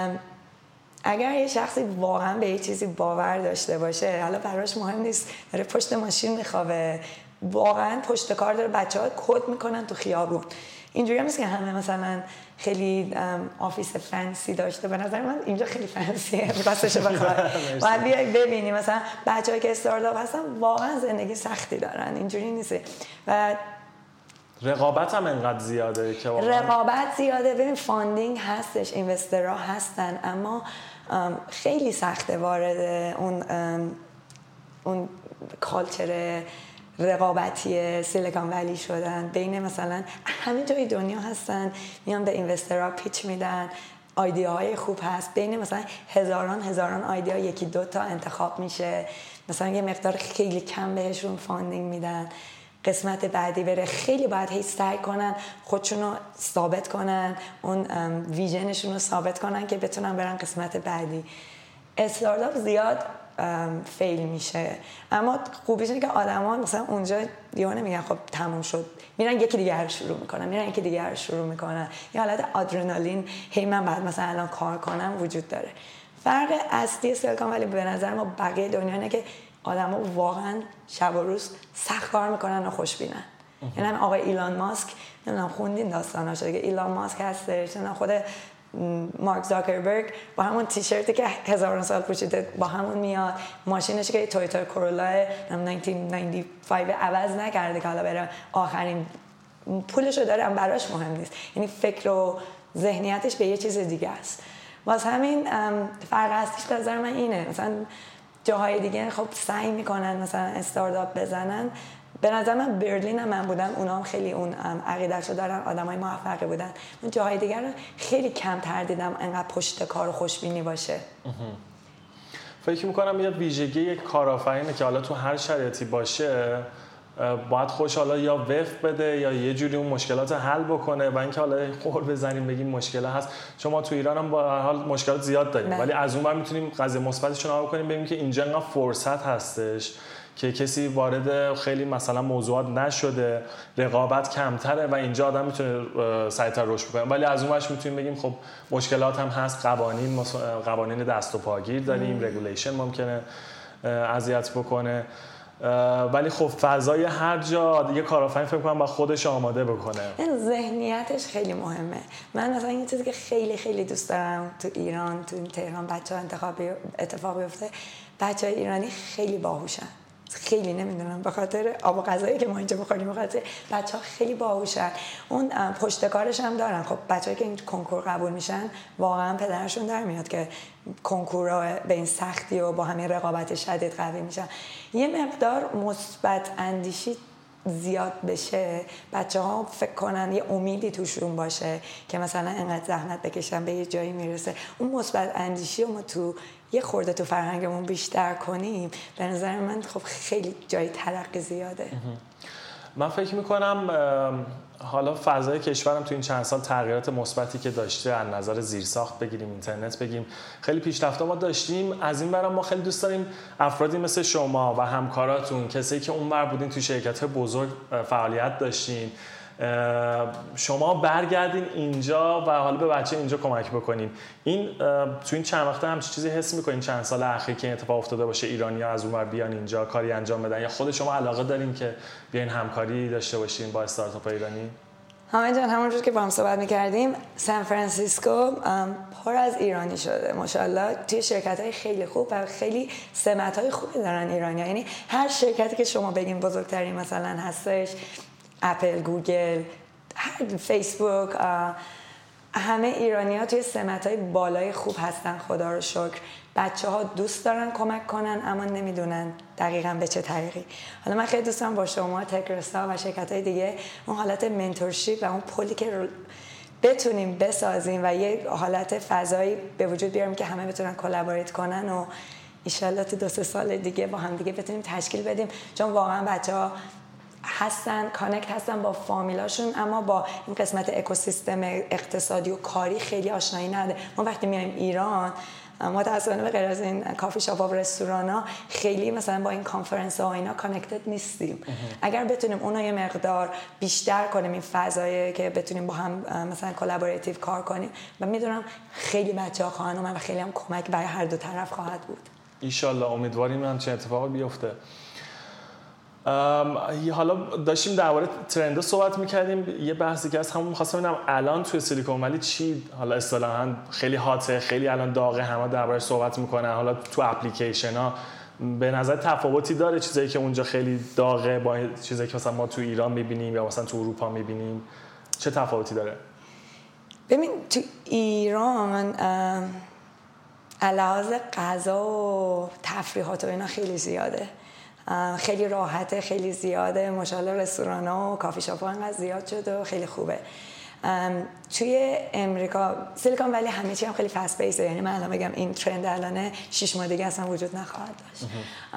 اگر یه شخصی واقعا به یه چیزی باور داشته باشه، حالا براش مهم نیست داره پشت ماشین میخوابه، واقعا پشت کار داره، بچه‌ها کد میکنن تو خیابون. اینجوری هم نیست که همه مثلا خیلی آفیس فنسی داشته. به نظر من اینجا خیلی فنسیه، راستش بخوای باید بیای ببینی مثلا بچه‌ها که استارتاپ هستن واقعا زندگی سختی دارن. اینجوری نیست و رقابت هم انقدر زیاده که واقعا رقابت زیاده. ببین فاندینگ هستش، اینوسترها هستن، اما خیلی سخته وارد اون اون کالچر رقابتی سیلیکون ولی شدن. بین مثلا همه جای دنیا هستن، میان به اینوسترها پیچ میدن، ایده‌های خوب هست، بین مثلا هزاران هزاران ایده یکی دو تا انتخاب میشه، مثلا یه مقدار خیلی کم بهشون فاندینگ میدن، قسمت بعدی بره. خیلی باید هی سعی کنن خودشون رو ثابت کنن، اون ویژنشون رو ثابت کنن که بتونن برن قسمت بعدی. استارتاپ زیاد فیل میشه، اما خوبیش اینه که آدما مثلا اونجا دیوانه میگن خب تموم شد، میرن یکی دیگه رو شروع میکنن، میرن یکی دیگه رو شروع میکنن. یه حالت آدرنالین هی من بعد مثلا الان کار کنم وجود داره. فرق اصلی سیلیکون ولی به نظر ما بقیه دنیا اینه که آدما واقعا شب و روز سخت کار میکنن و خوشبینن. یعنی هم آقای ایلان ماسک، نمیدونم خوندین داستاناشو دیگه، ایلان ماسک هستش، نه خود مارک زاکربرگ با همون تیشرتی که هزاران سال پوشیده با همون میاد، ماشینش که تویوتا کورولا هزار و نهصد و نود و پنج عوض نکرده که حالا بره آخرین پولشو داره، هم براش مهم نیست. یعنی فکر و ذهنیتش به یه چیز دیگه است. واسه همین فرق اصلیش به نظر من اینه. مثلا جاهای دیگه خب سعی میکنن مثلا استارتاپ بزنن. به نظر من برلین هم من بودم، اونا هم خیلی اون عقیده‌شو دارن، آدمای موفقی بودن. اون جاهای دیگر رو خیلی کمتر دیدم انقدر پشت کار و خوشبینی باشه. فکر میکنم یه ویژگی یک کارآفرینه که حالا تو هر شرایطی باشه باید خوش حالا یا وقف بده یا یه جوری اون مشکلات حل بکنه و اینکه حالا قول بزنیم بگیم مشکل هست. چون ما تو ایران هم با هر حال مشکلات زیاد داریم، ولی از اون ور میتونیم قضیه مثبتش رو نگاه کنیم، ببینیم که اینجا انقدر فرصت هستش که کسی وارد خیلی مثلا موضوعات نشده، رقابت کمتره و اینجا آدم میتونه سریعتر رشد بکنه. ولی از اون ورش میتونیم بگیم خب مشکلات هم هست، قوانین قوانین دست و پاگیر داریم، رگولیشن ممکنه اذیت بکنه، ولی خب فضای هر جا یه کارآفرین فکر کنم با خودش آماده بکنه. این ذهنیتش خیلی مهمه. من مثلا این چیزی که خیلی خیلی دوست دارم تو ایران، تو تهران بچه‌ها انتخابی اتفاق بیفته، بچه‌های ایرانی خیلی باهوشن. خیلی نمیدونم به خاطر آب و غذایی که ما اینجا بخوریم، به خاطر بچه‌ها خیلی باهوشن، اون پشت کارش هم دارن. خب بچه‌ای که این کنکور قبول میشن واقعا پدرشون در میاد که کنکورا به این سختی و با همین رقابت شدید قوی میشن. یه مقدار مثبت اندیشی زیاد بشه، بچه‌ها فکر کنن یه امیدی توشون باشه که مثلا انقدر زحمت بکشن به یه جایی میرسه. اون مثبت اندیشی رو ما تو یه خورده تو فرهنگمون بیشتر کنیم، به نظر من خب خیلی جای ترقی زیاده. من فکر میکنم حالا فضای کشورم تو این چند سال تغییرات مثبتی که داشته از نظر زیرساخت بگیریم، اینترنت بگیم، خیلی پیشرفته ما داشتیم. از این برام ما خیلی دوست داریم افرادی مثل شما و همکاراتون، کسایی که اونور بودین تو شرکت‌های بزرگ فعالیت داشتین، شما برگردین اینجا و حالا به بچه اینجا کمک بکنین. این تو این چند وقته همچین چیزی حس می‌کنین چند سال اخیر که این اتفاق افتاده باشه، ایرانی‌ها از اونور بیان اینجا کاری انجام بدن، یا خود شما علاقه دارین که بیاین همکاری داشته باشین با استارتاپ ایرانی؟ حامد جان، همونجور که با هم صحبت می‌کردیم، سان فرانسیسکو پر از ایرانی شده ماشاءالله. توی شرکت‌های خیلی خوب و خیلی سمت‌های خوبی دارن ایرانی‌ها. یعنی هر شرکتی که شما بگین بزرگترین مثلا هستش، اپل، گوگل، فیسبوک، همه ایرانی‌ها توی سمت‌های بالای خوب هستن خدا رو شکر. بچه‌ها دوست دارن کمک کنن اما نمیدونن دقیقاً به چه طریقی. حالا من خیلی دوست دارم با شما تکرستا و شرکت‌های دیگه اون حالت منتورشیپ و اون پلی که بتونیم بسازیم و یه حالت فضایی به وجود بیاریم که همه بتونن کلابوریت کنن و ان شاءالله تو دو سه سال دیگه با هم دیگه بتونیم تشکیل بدیم، چون واقعاً بچه‌ها هستن کانکت هستن با فامیلاشون اما با این قسمت اکوسیستم اقتصادی و کاری خیلی آشنایی نداره. ما وقتی میایم ایران متأسفانه به غیر از این کافی شاپ و رستورانا خیلی مثلا با این کانفرنس ها و اینا کانکتد نیستیم. اگر بتونیم اونو یه مقدار بیشتر کنیم، این فضایی که بتونیم با هم مثلا کلابوراتیو کار کنیم، و میدونم خیلی بچه‌ها خواهن اومد و خیلی هم کمک برای هر دو طرف خواهد بود. ان شاءالله امیدواریم همچین اتفاقی بیفته. حالا داشتیم درباره ترندها صحبت می‌کردیم، یه بحثی که از همون می‌خواستم ببینم الان توی سیلیکون ولی چی حالا اصطلاحاً خیلی هاته، خیلی الان داغه، همه دربارش صحبت می‌کنن. حالا تو اپلیکیشن‌ها به نظر تفاوتی داره چیزایی که اونجا خیلی داغه با چیزایی که مثلا ما تو ایران می‌بینیم یا مثلا تو اروپا می‌بینیم؟ چه تفاوتی داره؟ ببین تو ایران علاوه غذا و تفریحات و اینا خیلی زیاده، خیلی راحته، خیلی زیاده ماشاءالله. رستورانا و کافی شاپ ها انقدر زیاد شده و خیلی خوبه. توی امریکا سیلیکون ولی همه چی هم خیلی فست بیسه، یعنی من الان بگم این ترند الانه شش ماه دیگه اصلا وجود نخواهد داشت.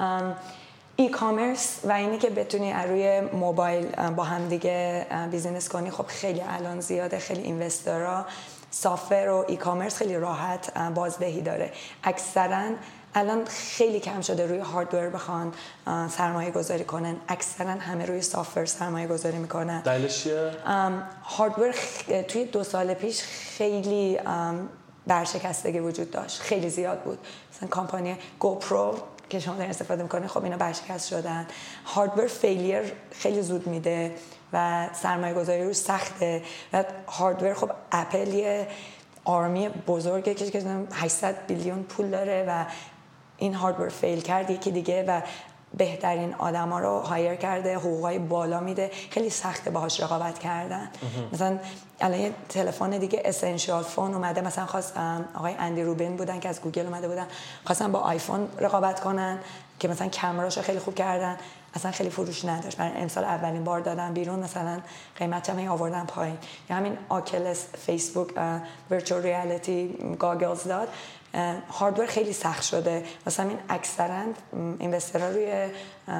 ای کامرس و اینی که بتونی روی موبایل با هم دیگه بیزینس کنی خب خیلی الان زیاده. خیلی اینوسترها سافر و ای کامرس خیلی راحت بازدهی داره. اکثرا الان خیلی کم شده روی هاردور بخوان سرمایه گذاری کنن، اکثرا همه روی سافر سرمایه گذاری میکنن. دلیلش چیه؟ هاردور توی دو سال پیش خیلی برشکستگی وجود داشت، خیلی زیاد بود. مثلا کمپانی گوپرو که شما دارین استفاده میکنین خب اینا برشکست شدن. هاردور فیلیر خیلی زود میده و سرمایه گذاری روش سخته و هاردور خب اپل یه آرمی بزرگه که هشتصد بیلیون پول داره و این هاردور فیل کرد یکی دیگه و بهترین آدما رو هایر کرده، حقوقای بالا میده، خیلی سخته باهاش رقابت کردن. مثلا الان یه تلفن دیگه اسنشیال فون اومده، مثلا خواست آقای اندی روبین بودن که از گوگل اومده بودن، خواستن با آیفون رقابت کنن که مثلا کامراشو خیلی خوب کردن، اصلا خیلی فروش نداشت. برای امسال اولین بار دادن بیرون، مثلا قیمتش هم آوردن پایین. یا همین آکلس فیسبوک ورچوال ریالیتی گاگلز داد، هاردور خیلی سخت شده. مثلا این اکثرا اینوسترها روی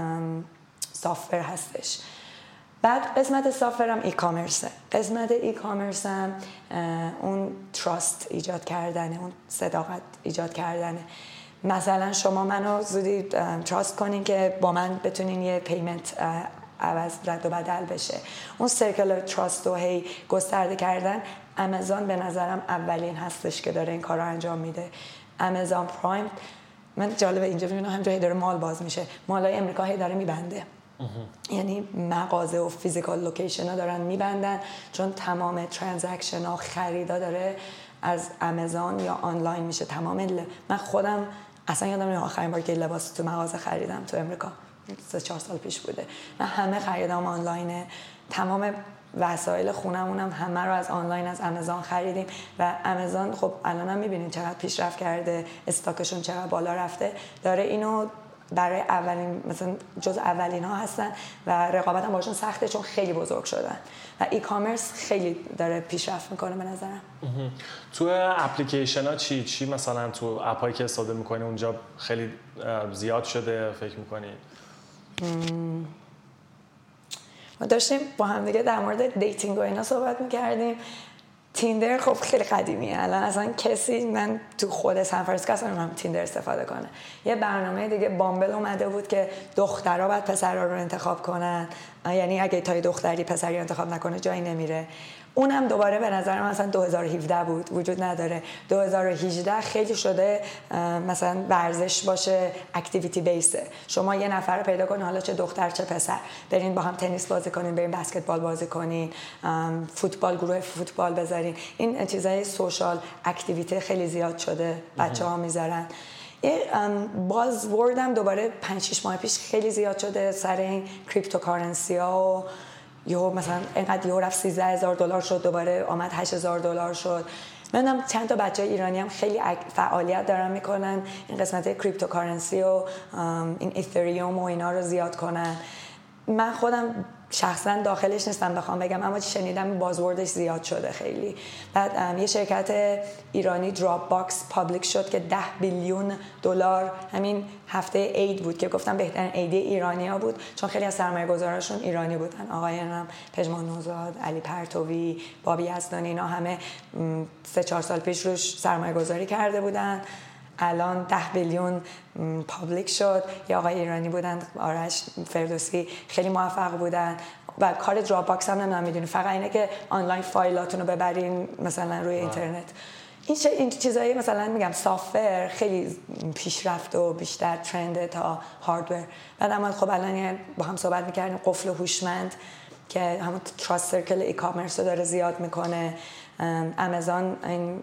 سافتور هستش. بعد قسمت سافتور هم ای کامرسه. قسمت ای کامرس هم اون تراست ایجاد کردنه، اون صداقت ایجاد کردنه. مثلا شما منو زودی تراست کنین که با من بتونین یه پیمنت عوض رد و بدل بشه. اون سرکل تراست رو هی گسترده کردن. آمازون به نظرم اولین هستش که داره این کار رو انجام میده. آمازون پرایم، من جالبه اینجا میبینم همینجا هی داره مال باز میشه، مالای امریکا هی داره میبنده. یعنی مغازه و فیزیکال لوکیشن ها دارن میبندن چون تمام ترانزکشن ها خریدا داره از آمازون یا آنلاین میشه. تمام ل... من خودم اصلا یادم نمیاد آخرین بار که لباس تو مغازه خریدم تو امریکا سه چهار سال پیش بوده. من همه خریدام آنلاینه، تمام وسایل خونمونم همه رو از آنلاین از آمازون خریدیم و آمازون خب الان هم میبینین چقدر پیشرفت کرده، استاکشون چقدر بالا رفته، داره اینو برای اولین مثلا جز اولین ها هستن و رقابت هم باشون سخته چون خیلی بزرگ شدن و ای کامرس خیلی داره پیشرفت میکنه به نظرم. تو اپلیکیشن ها چی چی مثلا تو اپایی که استفاده میکنی اونجا خیلی زیاد شده فکر میکنی؟ ما داشتیم با هم دیگه در مورد دیتینگ و اینا صحبت میکردیم. تیندر خب خیلی قدیمیه الان، اصلا کسی من تو خود سان فرانسیسکو اصلا هم تیندر استفاده کنه. یه برنامه دیگه بامبل اومده بود که دخترها بعد پسرها رو انتخاب کنن، یعنی اگه تا دختری پسری انتخاب نکنه جایی نمیره. اونم دوباره به نظر من مثلا دو هزار و هفده بود، وجود نداره. دو هزار و هجده خیلی شده مثلا ورزش باشه، اکتیویتی بیسه، شما یه نفر رو پیدا کنین، حالا چه دختر چه پسر، برین با هم تنیس بازی کنین، برین بسکتبال بازی کنین، فوتبال، گروه فوتبال بذارین. این چیزای سوشال اکتیویتی خیلی زیاد شده، بچه‌ها میذارن. یه باز وردم دوباره پنج شش ماه پیش خیلی زیاد شده سر این کریپتوکارنسی ها و یهو مثلا اینقدر یهو رفت سیزده هزار دلار شد، دوباره آمد هشت هزار دلار شد. منم چند تا بچه ایرانی هم خیلی فعالیت دارن میکنن این قسمت کریپتوکارنسی و این ایتریوم و اینا رو زیاد کنن. من خودم شخصا داخلش نیستم بخوام بگم، اما شنیدم بازوردش زیاد شده خیلی. بعد یه شرکت ایرانی دراپ باکس پابلیک شد که ده بیلیون دلار، همین هفته عید بود که گفتم بهترین عید ایرانی‌ها بود، چون خیلی از سرمایه‌گذاراشون ایرانی بودن. آقایانم پژمان نوزاد، علی پرتوی، بابی یزدانی، اینا همه سه چهار سال پیش روش سرمایه‌گذاری کرده بودن. الان ده بیلیون پابلیک شد. یه آقای ایرانی بودن، آرش فردوسی، خیلی موفق بودن و کار دراپ باکس هم نمیدونم میدونی، فقط اینه که آنلاین فایلاتون رو ببرین مثلا روی اینترنت. این چه این چیزایی مثلا میگم سافت‌ور خیلی پیشرفت و بیشتر ترنده تا هاردور. بعد اما خب الان با هم صحبت میکردیم قفل هوشمند که همون تراست سرکل ای کامرس رو داره زیاد میکنه. آمازون این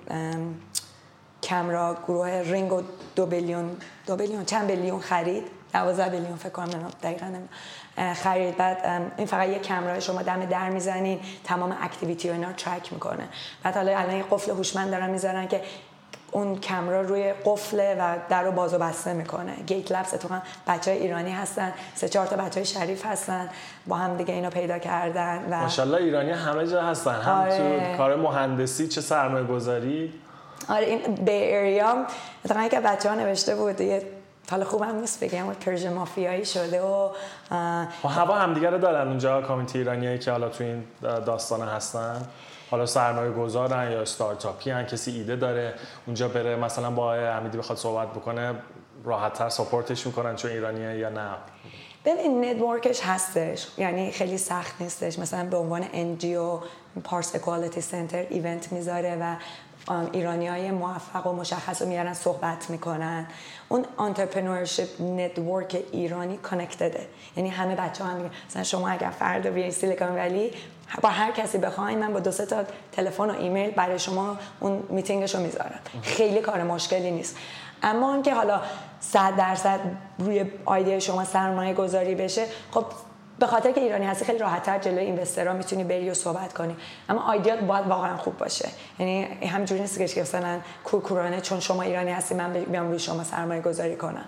کامرا گروه رینگو دو بیلیون دو بیلیون چند بیلیون خرید، دوازده بیلیون فکر کنم دقیقاً خرید. بعد این فقط یک کامرا شما دم در میزنین تمام اکتیویتی و اینا رو ترک میکنه. بعد حالا الان یه قفل هوشمند دارن میذارن که اون کامرا روی قفله و در رو باز و بسته میکنه. گیت لبس اتفاقا بچهای ایرانی هستن، سه چهار تا بچهای شریف هستن با هم دیگه اینو پیدا کردن و ماشاءالله ایرانی همه جا هستن، هم آره. تو کار مهندسی چه سرمایه‌گذاری. آره این بی اریا مثلا که بچه‌ها نوشته بود یه حالا خوبم نیست بگم پرژن مافیایی شده و و هوا همدیگه رو دارن اونجا کامیونیتی ایرانیایی که حالا تو این داستان هستن، حالا سرمایه گذارن یا استارتاپی ان، کسی ایده داره اونجا بره مثلا با آقای امیدی بخواد صحبت بکنه راحت‌تر ساپورتش میکنن چون ایرانیه یا نه؟ ببین نتورکش هستش، یعنی خیلی سخت نیستش. مثلا به عنوان ان جی او پارس اکوالتی سنتر ایونت میذاره و ایرانیای موفق و مشخص رو میارن صحبت میکنن. اون انترپرنورشیپ نتورک ایرانی کانکتده، یعنی همه بچه‌ها هم میگن مثلا شما اگر فردا بیاین سیلیکون ولی با هر کسی بخواین من با دو سه تا تلفن و ایمیل برای شما اون میتینگشو میذارم. خیلی کار مشکلی نیست. اما اینکه حالا صد درصد روی ایده شما سرمایه گذاری بشه، خب به خاطر که ایرانی هستی خیلی راحت‌تر جلوی اینوسترها میتونی بری و صحبت کنی، اما ایده باید واقعا خوب باشه. یعنی همینجوری نیست که مثلا کورکورانه چون شما ایرانی هستی من بیام روی شما سرمایه گذاری کنم.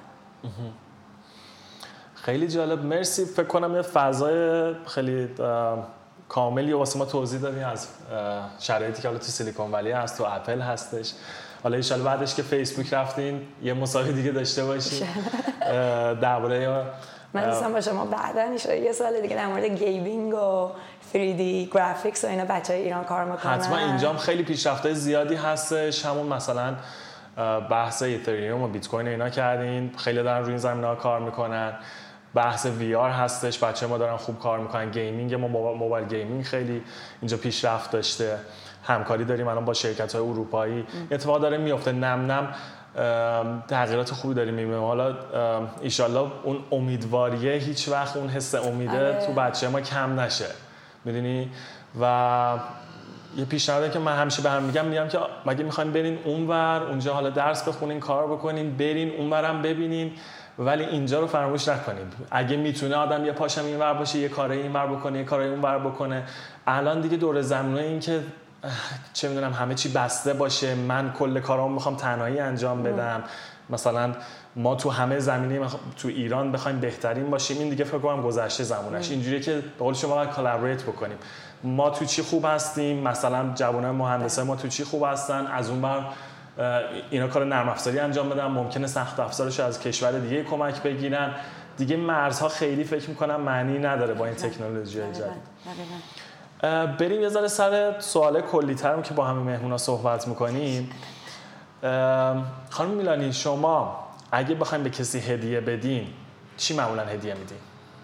خیلی جالب، مرسی. فکر کنم یه فضای خیلی کاملی واسه ما توضیح دادی از شرایطی که حالا تو سیلیکون ولی هست، تو اپل هستش. حالا ان شاءالله بعدش که فیسبوک رفتین یه مسابقه دیگه داشته باشین درباره من دوستم با شما بعدا ان یه سال دیگه در مورد گیمینگ و تری دی گرافیکس و اینا بچهای ایران کار میکنن. حتما اینجا هم خیلی پیشرفت‌های زیادی هستش، همون مثلا بحث ایتریوم و بیت کوین اینا کردین، خیلی دارن روی این زمینه‌ها کار میکنن. بحث وی آر هستش، بچه ما دارن خوب کار میکنن. گیمینگ ما موبایل گیمینگ خیلی اینجا پیشرفت داشته. همکاری داریم الان با شرکت‌های اروپایی، اتفاق داره میفته. نم نم تغییرات خوبی داریم میبینیم. حالا ان شاءالله اون امیدواریه هیچ وقت اون حس امیده آره. تو بچه ما کم نشه، میدونی. و یه پیشنهادی که من همیشه به هم میگم میگم که مگه میخواین برین اونور اونجا حالا درس بخونین کار بکنین، برین اونورم ببینین، ولی اینجا رو فراموش نکنید. اگه میتونه آدم یه پاشم اینور باشه، یه کاری اینور بکنه، یه کاری اونور بکنه. الان دیگه دور زمینه این که چه میدونم همه چی بسته باشه، من کل کارامو میخوام تنهایی انجام بدم، مثلا ما تو همه زمینه تو ایران بخوایم بهترین باشیم، این دیگه فکر کنم گذشته زمانش. اینجوریه که به قول شما باید کلابریت بکنیم. ما تو چی خوب هستیم، مثلا جوانای مهندسای ما تو چی خوب هستن، از اون بر اینا کار نرم افزاری انجام بدن، ممکنه سخت افزارش از کشور دیگه کمک بگیرن دیگه مرزها خیلی فکر میکنم معنی نداره با این تکنولوژی جدید. بریم یه ذره سر سوال کلی‌ترم که با همه مهمونا صحبت میکنیم. خانم میلانی، شما اگه بخوایم به کسی هدیه بدین چی معمولا هدیه میدین؟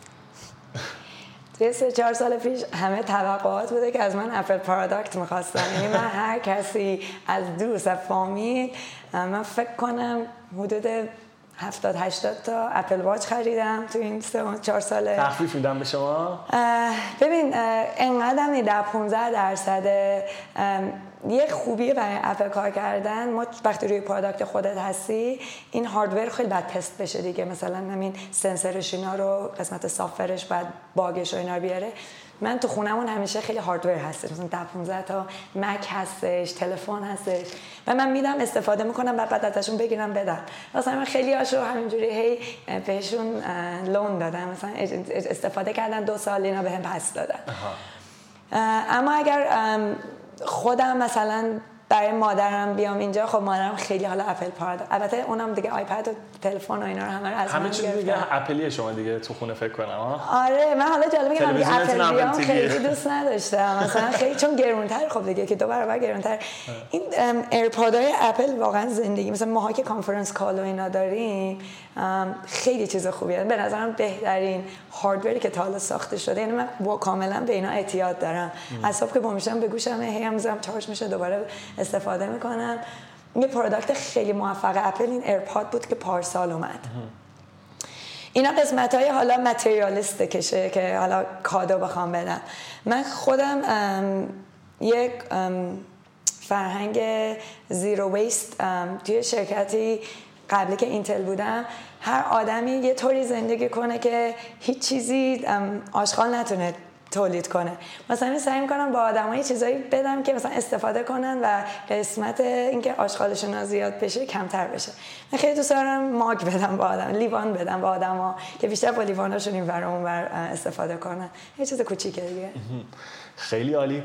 توی سه چهار سال پیش همه توقعات بوده که از من اپل پروداکت میخواستن. یعنی من هر کسی از دوست از فامیل، من فکر کنم حدود هفتاد هشتاد تا اپل واچ خریدم تو این سه چهار ساله. تخفیف میدم به شما؟ ببین انقدر می ده پانزده درصد. یه خوبیه برای اپل کار کردن، ما وقتی روی پروداکت خودت هستی این هاردور خیلی باید تست بشه دیگه. مثلا همین سنسورش اینا رو، قسمت سافتورش بعد باگش و اینا رو بیاره. من تو خونمون همیشه خیلی هاردور هستش، مثلا ده پانزده تا مک هستش، تلفن هستش و من میدم استفاده میکنم و بعد ازشون بگیرم بدم. مثلا من خیلی هاشو همینجوری هی بهشون لون دادم، مثلا استفاده کردن دو سال اینا بهم پس دادن. اما اگر خودم مثلا برای مادرم بیام اینجا، خب مادرم خیلی حالا اپل پروداکت، البته اونم دیگه آیپد و تلفن و اینا رو همه رو از همه چیز دیگه اپلیه شما دیگه تو خونه فکر کنم. ها آره من حالا جالب میگم دیگه اپل بیام خیلی دوست نداشتم مثلا، خیلی چون گرونتر، خب دیگه که دو برابر گرونتر. این ایرپادای اپل واقعا زندگی، مثلا ماها که کانفرنس کال و اینا داریم خیلی چیز خوبیه. به نظرم بهترین هاردوری که تا حالا ساخته شده. یعنی من کاملا به اینا اعتیاد دارم. از صبح که با میشم به گوشم هی هم میذارم چارج میشه، دوباره استفاده میکنم. یه پروداکت خیلی موفق اپل این ایرپاد بود که پارسال اومد. اینا قسمت های حالا متریالیسته کشه که حالا کادو بخوام بدم. من خودم یک فرهنگ زیرو ویست توی شرکتی قبلی که اینتل بودم، هر آدمی یه طوری زندگی کنه که هیچ چیزی آشغال نتونه تولید کنه. مثلا سعی می‌کنم با آدم‌ها چیزایی بدم که مثلا استفاده کنن و قسمت اینکه آشغالشون زیاد بشه کمتر بشه. من خیلی دوست دارم ماگ بدم با آدم، لیوان بدم با آدم‌ها که بیشتر با لیواناشون این ور اون ور استفاده کنن. یه چیز کوچیکه دیگه. خیلی عالی.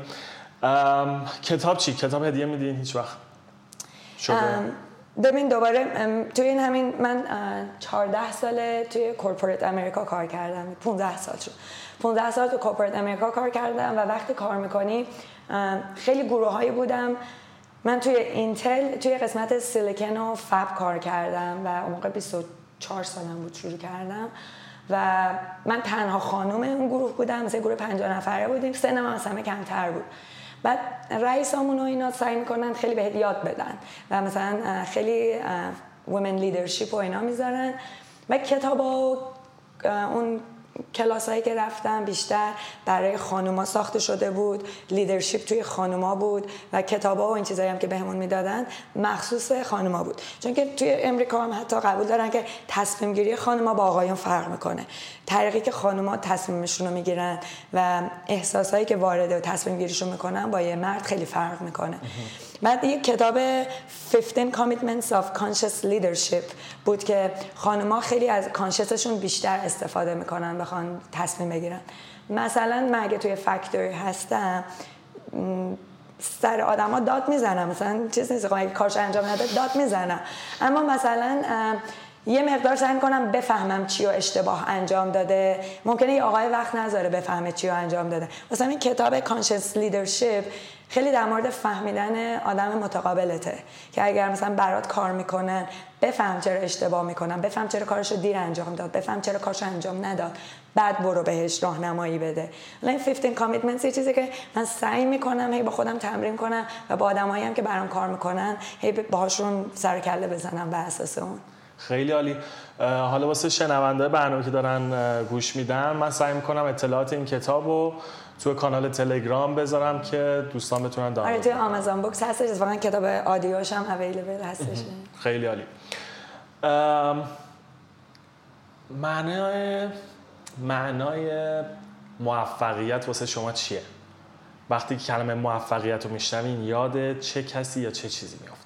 کتاب چی؟ کتاب هدیه میدین هیچ وقت؟ شده؟ ببین دوباره توی این همین من چهارده ساله توی کورپوریت امریکا کار کردم. پانزده سال شد. پانزده سال تو کورپوریت امریکا کار کردم و وقتی کار میکنی خیلی گروه هایی بودم. من توی اینتل توی قسمت سیلیکن و فب کار کردم و اون موقع بیست و چهار سالم بود شروع کردم و من تنها خانم اون گروه بودم. مثلا گروه پنجاه نفره بودیم، سنم هم مثلا کمتر بود. بعد رئیسامون و اینا سعی میکنن خیلی بهت یاد بدن و مثلا خیلی وومن لیدرشپ و اینا میذارن و کتابا و اون کلاسایی که رفتم بیشتر برای خانوما ساخته شده بود. لیدرشپ توی خانوما بود و کتابا و این چیزایی هم که بهمون میدادن مخصوص خانوما بود، چون که توی امریکا هم حتی قبول دارن که تصمیم گیری خانوما با آقایون فرق میکنه. طریقی که خانوما تصمیمشون رو میگیرن و احساسایی که وارد و تصمیم گیریشون میکنن با یه مرد خیلی فرق میکنه. بعد یک کتاب fifteen Commitments of Conscious Leadership بود که خانم‌ها خیلی از کانشسشون بیشتر استفاده میکنن بخوان تصمیم بگیرن. مثلا من اگه توی فکتوری هستم سر آدما داد میزنم، مثلا چیز نیست اگه کارش انجام نده داد میزنم، اما مثلا یه مقدار سعی می‌کنم بفهمم چی رو اشتباه انجام داده. ممکنه یه آقای وقت نذاره بفهمه چی رو انجام داده. مثلا این کتاب Conscious Leadership خیلی در مورد فهمیدن آدم متقابلته که اگر مثلا برات کار میکنن بفهم چرا اشتباه میکنن، بفهم چرا کارشو دیر انجام داد، بفهم چرا کارشو انجام نداد، بعد برو بهش راهنمایی بده. این fifteen Commitments یه چیزی که من سعی میکنم هی با خودم تمرین کنم و با آدمایی هم که برام کار میکنن هی باهاشون سر کله بزنم بر اساس اون. خیلی عالی. حالا واسه شنونده برنامه که دارن گوش میدن، من سعی میکنم اطلاعات این کتابو تو کانال تلگرام بذارم که دوستان بتونن دانلود کنن. آره تو آمازون بوکس هستش، واقعا کتاب آدیوش هم اویلیبل هستش. خیلی عالی. معنای معنای موفقیت واسه شما چیه؟ وقتی که کلمه موفقیت رو میشنوین یاد چه کسی یا چه چیزی میافته؟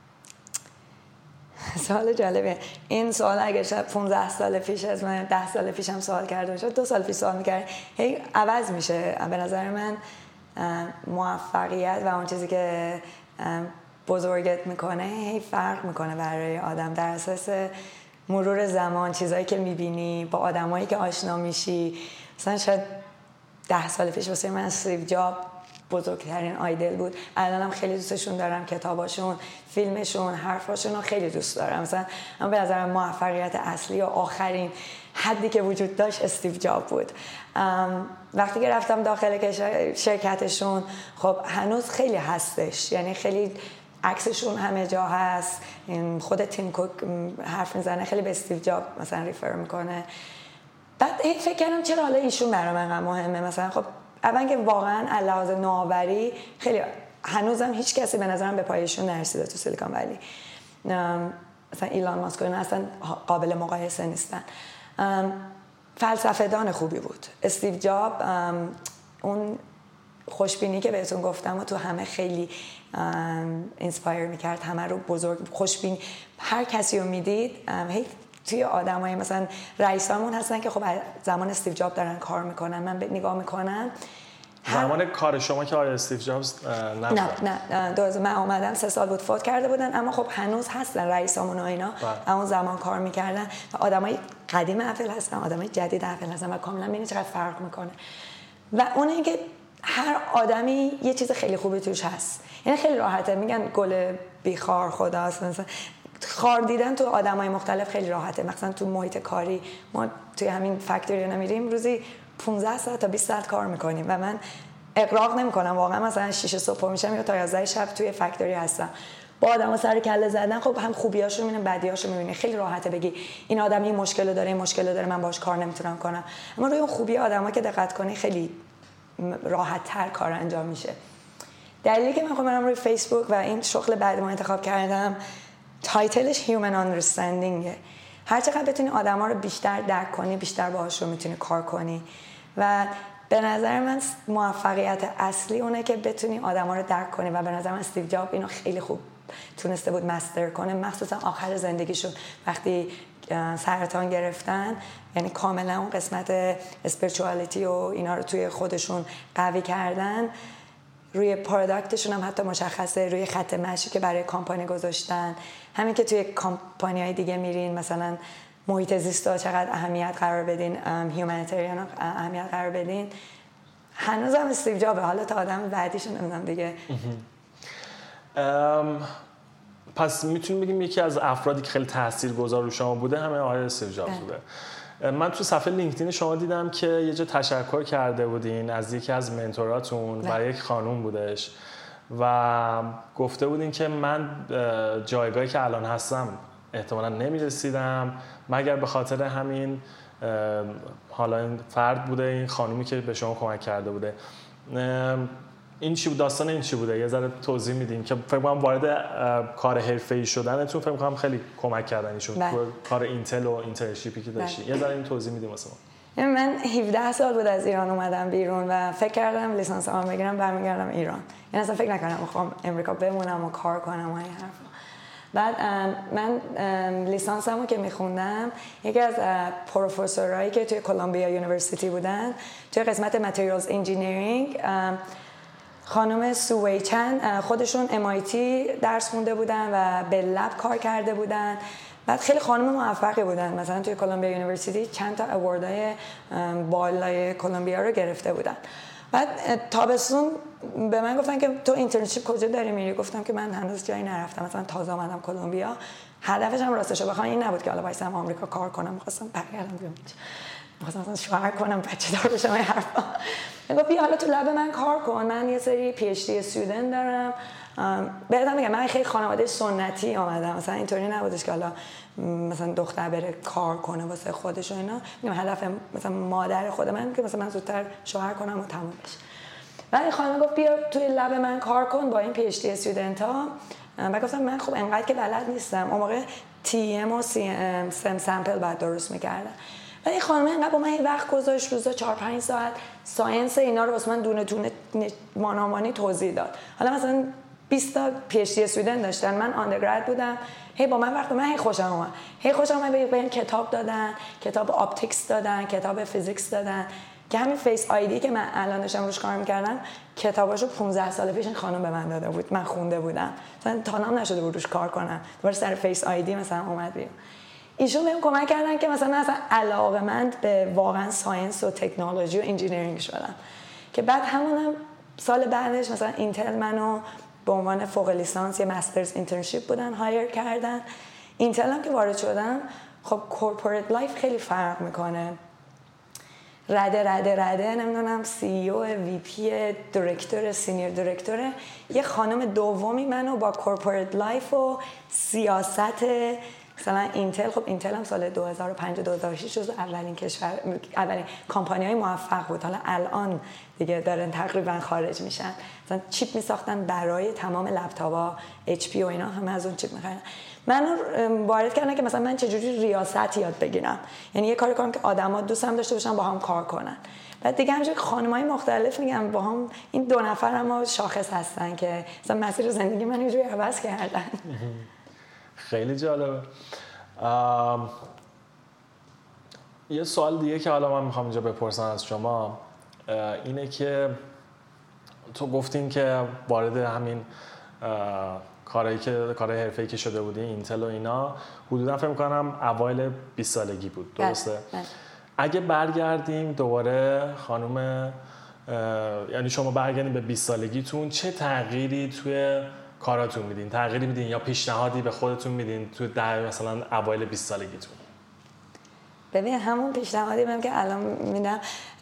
سوال جالبه. این سوال اگه شاید پانزده سال پیش از من، ده سال پیشم سوال کرده باشه، دو سال پیش سوال می‌کرد، هی عوض میشه. به نظر من موفقیت و اون چیزی که بزرگت میکنه هی فرق میکنه برای آدم در اساس مرور زمان چیزایی که میبینی، با آدمایی که آشنا میشی. مثلا شاید ده سال پیش واسه من استیو جاب بزرگترین آیدل بود. الانم خیلی دوستشون دارم، کتاباشون، فیلمشون، حرفاشون رو خیلی دوست دارم. مثلا من به نظرم موفقیت اصلی و آخرین حدی که وجود داشت استیو جاب بود. وقتی که رفتم داخل شرکتشون، خب هنوز خیلی هستش، یعنی خیلی عکسشون همه جا هست. خود تیم کوک حرف میزنه، خیلی به استیو جاب مثلا ریفر میکنه. بعد فکر کردم چرا حالا ایشون برای من مهمه. مثلا خب اول که واقعا علاوه نوآوری خیلی هنوزم هیچ کسی به نظرم به پایشون نرسیده تو سیلیکون ولی. مثلا ایلان ماسک اینا اصلا قابل مقایسه نیستن. فلسفه دان خوبی بود استیو جاب. اون خوشبینی که بهتون گفتم و تو همه خیلی اینسپایر میکرد، همه رو بزرگ خوشبین. هر کسی رو میدید هی توی آدمای مثلا رئیسامون هستن که خب زمان استیو جاب دارن کار میکنن. من به نگاه میکنم زمان هر... کار شما که آیا استیو جابز نه نه نه دو من اومدم سه سال بود فوت کرده بودن، اما خب هنوز هستن رئیسامون و اینا اون زمان کار میکردن و آدمای قدیم اپل هستن، آدمای جدید اپل هستن و کاملا ببینید چقدر فرق میکنه. و اون اینکه هر آدمی یه چیز خیلی خوبی توش هست، یعنی خیلی راحته. میگن گل بیخار خداست، مثلا خار دیدن تو آدمای مختلف خیلی راحته. مثلا تو محیط کاری ما توی همین فکتوری نمیریم روزی پانزده ساعت تا بیست ساعت کار میکنیم و من اغراق نمیکنم واقعا. مثلا شش صبح میشم یا تا یازده شب توی فکتوری هستم با آدما سر کله زدن. خب هم خوبیاشو میبینم بدیاشو میبینی، خیلی راحته بگی این آدم این مشکل داره این مشکل داره من باهاش کار نمیتونم کنم. اما روی اون خوبی آدما که دقت کنی خیلی راحت تر کار انجام میشه. دلیلی که من خب برم روی فیسبوک و این شغل بعد ما انتخاب کردم تایتلش Human Understanding. هر چقدر بتونی آدما رو بیشتر درک کنی بیشتر باهاشون میتونی کار کنی و به نظر من موفقیت اصلی اونه که بتونی آدما رو درک کنی و به نظر من استیو جاب اینو خیلی خوب تونسته بود مستر کنه، مخصوصا آخر زندگیشون وقتی سرطان گرفتن. یعنی کاملا اون قسمت اسپریچوالیتی و اینا رو توی خودشون قوی کردن. روی پروداکتشون هم حتی مشخصه، روی خط مشی که برای کامپانی گذاشتن. همین که توی کامپانی‌های دیگه میرین مثلا محیط زیست رو چقدر اهمیت قرار بدین، هیومانیتریان اهمیت قرار بدین. هنوز هم استیو جابه، حالا تا آدم بعدیش نمیدونم دیگه. پس میتونیم بگیم یکی از افرادی که خیلی تاثیرگذار رو شما بوده همه آقای استیو جابز بوده. من تو صفحه لینکدین شما دیدم که یه جا تشکر کرده بودین از یکی از منتوراتون و یک خانوم بودش و گفته بودین که من جایگاهی که الان هستم احتمالاً نمیرسیدم مگر به خاطر همین حالا این فرد بوده، این خانومی که به شما کمک کرده بوده. این چی بود؟ داستان این چی بوده؟ یه ذره توضیح میدیم که فکر کنم وارد کار حرفه‌ای شدنتون فکر کنم خیلی کمک کردنی شد تو کار اینتل و اینترنشیپی که داشتی. یه ذره این توضیح میدیم واسه ما. من هفده سال بود از ایران اومدم بیرون و فکر کردم لیسانس هم بگیرم برمیگردم ایران. یعنی اصلا فکر نکردم میخوام امریکا بمونم و کار کنم و این حرفا. بعد من لیسانسمو که میخوندم یکی از پروفسورایی که توی کلمبیا یونیورسیتی بودن توی قسمت متریالز انجینیرینگ خانم سووی چن خودشون ام آی تی درس خونده بودن و به لب کار کرده بودن. بعد خیلی خانم موفقی بودن، مثلا توی کلمبیا یونیورسیتی چند تا اواردهای بالای کلمبیا رو گرفته بودن. بعد تابستون به من گفتن که تو اینترنشیپ کجا داری میری؟ گفتم که من هنوز جایی نرفتم، مثلا تازه اومدم کلمبیا. هدفش هم راستش بخوام این نبود که حالا وایسم آمریکا کار کنم، می‌خواستم برگردم بیام. می‌خواستم مثلا شوهر کنم، بچه دار بشم، این حرفا. میگم بیا حالا تو لب من کار کن، من یه سری پی اچ دی استودنت دارم. بهتون میگم من خیلی خانواده سنتی اومدم، مثلا اینطوری نبودش که حالا مثلا دختر بره کار کنه واسه خودش و اینا. میگم هدف مثلا مادر خود من که مثلا من زودتر شوهر کنم و تموم بشه. بعد خانم گفت بیا توی لب من کار کن با این پی اچ دی استودنت ها. بعد گفتم من خب انقدر که بلد نیستم. اون موقع تی ام و سی ام سم سامپل بعد درست می‌کردم. ولی خانم اینقدر با من این وقت گذاشت روزا چهار پنج ساعت ساینس اینا رو واسه من دونه دونه مانامانی توضیح داد. حالا مثلا بیست تا پی اچ دی استودنت داشتن، من آندرگراد بودم. هی با من وقت من هی خوشم اومد. هی خوشم اومد بهم کتاب دادن، کتاب اپتیکس دادن، کتاب فیزیکس دادن. که همین فیس آیدی که من الان داشتم روش کار می‌کردم کتاباشو پانزده سال پیش این خانم به من داده بود، من خونده بودم. مثلا تا نام نشده بود روش کار کنم. دوباره سر فیس آیدی مثلا اومد بیرون. ایشون بهم کمک کردن که مثلا اصلا علاقه‌مند به واقعا ساینس و تکنولوژی و انجینیرینگ شدم که بعد همونم سال بعدش مثلا اینتل منو به عنوان فوق لیسانس یه مسترز اینترنشیپ بودن هایر کردن. اینتل هم که وارد شدم خب کورپوریت لایف خیلی فرق میکنه، رده رده رده نمیدونم سی ای او وی پی دایرکتور سینیر دایرکتور یه خانم دومی منو با کورپوریت لایف و سیاست مثلا اینتل، خب اینتل هم سال دو هزار و پنج دو هزار و شش جزو اولین کشور اولین کمپانی‌های موفق بود. حالا الان دیگه دارن تقریبا خارج میشن. مثلا چیپ میساختن برای تمام لپتاپ‌ها، اچ پی و اینا همه از اون چیپ می‌خرن. منو وارد کردن که مثلا من چجوری ریاست یاد بگیرم، یعنی یه کاری کنم که آدما دوستم داشته باشن با هم کار کنن. بعد دیگه همینجوری خانم‌های مختلف میگم با هم این دو نفر هم شاخص هستن که مثلا مسیر زندگی من اینجوری عوض کردن. خیلی جالبه. یه سوال دیگه که حالا من میخوام اینجا بپرسم از شما اینه که تو گفتین که وارد همین کارهایی که کارهای حرفه‌ای که شده بودی اینتل و اینا حدودا فکر می‌کنم اوایل بیست سالگی بود، درسته؟ بله. اگه برگردیم دوباره خانم، یعنی شما برگردیم به بیست سالگیتون، چه تغییری توی کاراتون میدین؟ تغییری میدین یا پیشنهادی به خودتون میدین توی در مثلا اوایل بیست سالگیتون؟ ببین همون پیشنهادی بهم که الان میدم،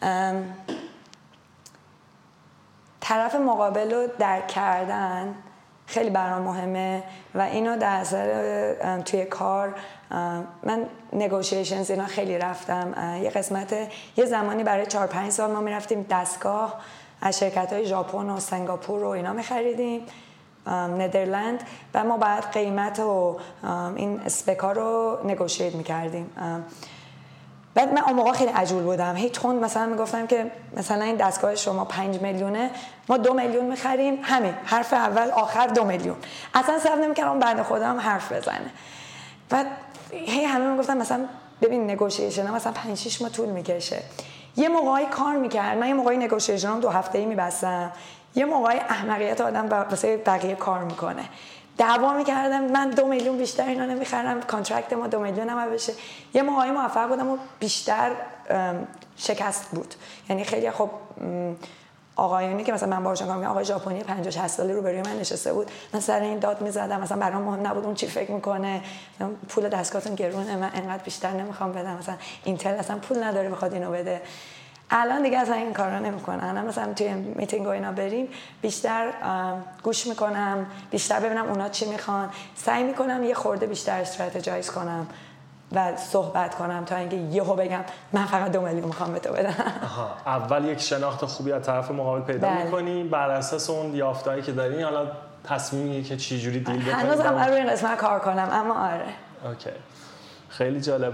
طرف مقابل رو درک کردن خیلی برام مهمه و اینو در اثر توی کار من نگوشیشنز اینا خیلی رفتم. یه قسمت یه زمانی برای چهار پنج سال ما میرفتیم دستگاه از شرکت‌های ژاپن و سنگاپور و اینا می‌خریدیم، ندرلند، و ما بعد قیمت و این اسپکا رو نگوشیت می‌کردیم. بعد من اون موقع خیلی عجول بودم، هیچ خوند مثلا میگفتم که مثلا این دستگاه شما پنج میلیونه، ما دو میلیون میخریم، همین حرف اول آخر دو میلیون. اصلا صبر نمیکردم بنده خودم حرف بزنه. بعد هی همه میگفتن مثلا ببین نگوشیشن ها مثلا پنج شش ماه طول میکشه. یه موقعی کار میکرد، من یه موقعی نگوشیشن دو هفته‌ای میبستم، یه موقعی احمقیت آدم واسه بقیه کار میکنه. دعوا میکردم من دو میلیون بیشتر اینا نمیخرم، کانترکت ما دو میلیون هم بشه. یه موقعی موفق بودم و بیشتر شکست بود. یعنی خیلی خب آقایونی که مثلا من باهاشون کار می‌کردم، آقای ژاپنی پنجاه شصت ساله روبروی من نشسته بود، من سر این داد می‌زدم، مثلا برام مهم نبود اون چی فکر می‌کنه، پول دستگاهتون گرونه، من انقدر بیشتر نمی‌خوام بدم، مثلا اینتل اصلا پول نداره بخواد اینو بده. الان دیگه اصلا این کارا نمی‌کنم. الان مثلا توی میتینگ و اینا بریم بیشتر گوش می‌کنم، بیشتر ببینم اونا چی می‌خوان، سعی می‌کنم یه خورده بیشتر استراتژایز کنم و صحبت کنم تا اینکه یهو بگم من فقط دو میلیون میخوام به تو بدم. اول یک شناخت خوبی از طرف مقابل پیدا بله. میکنی، بر اساس اون یافته‌ای که داری حالا تصمیم میگیری که چه جوری دیل بکنی. هنوز هم روی این قسمت کار کنم، اما آره. اوکی. خیلی جالبه.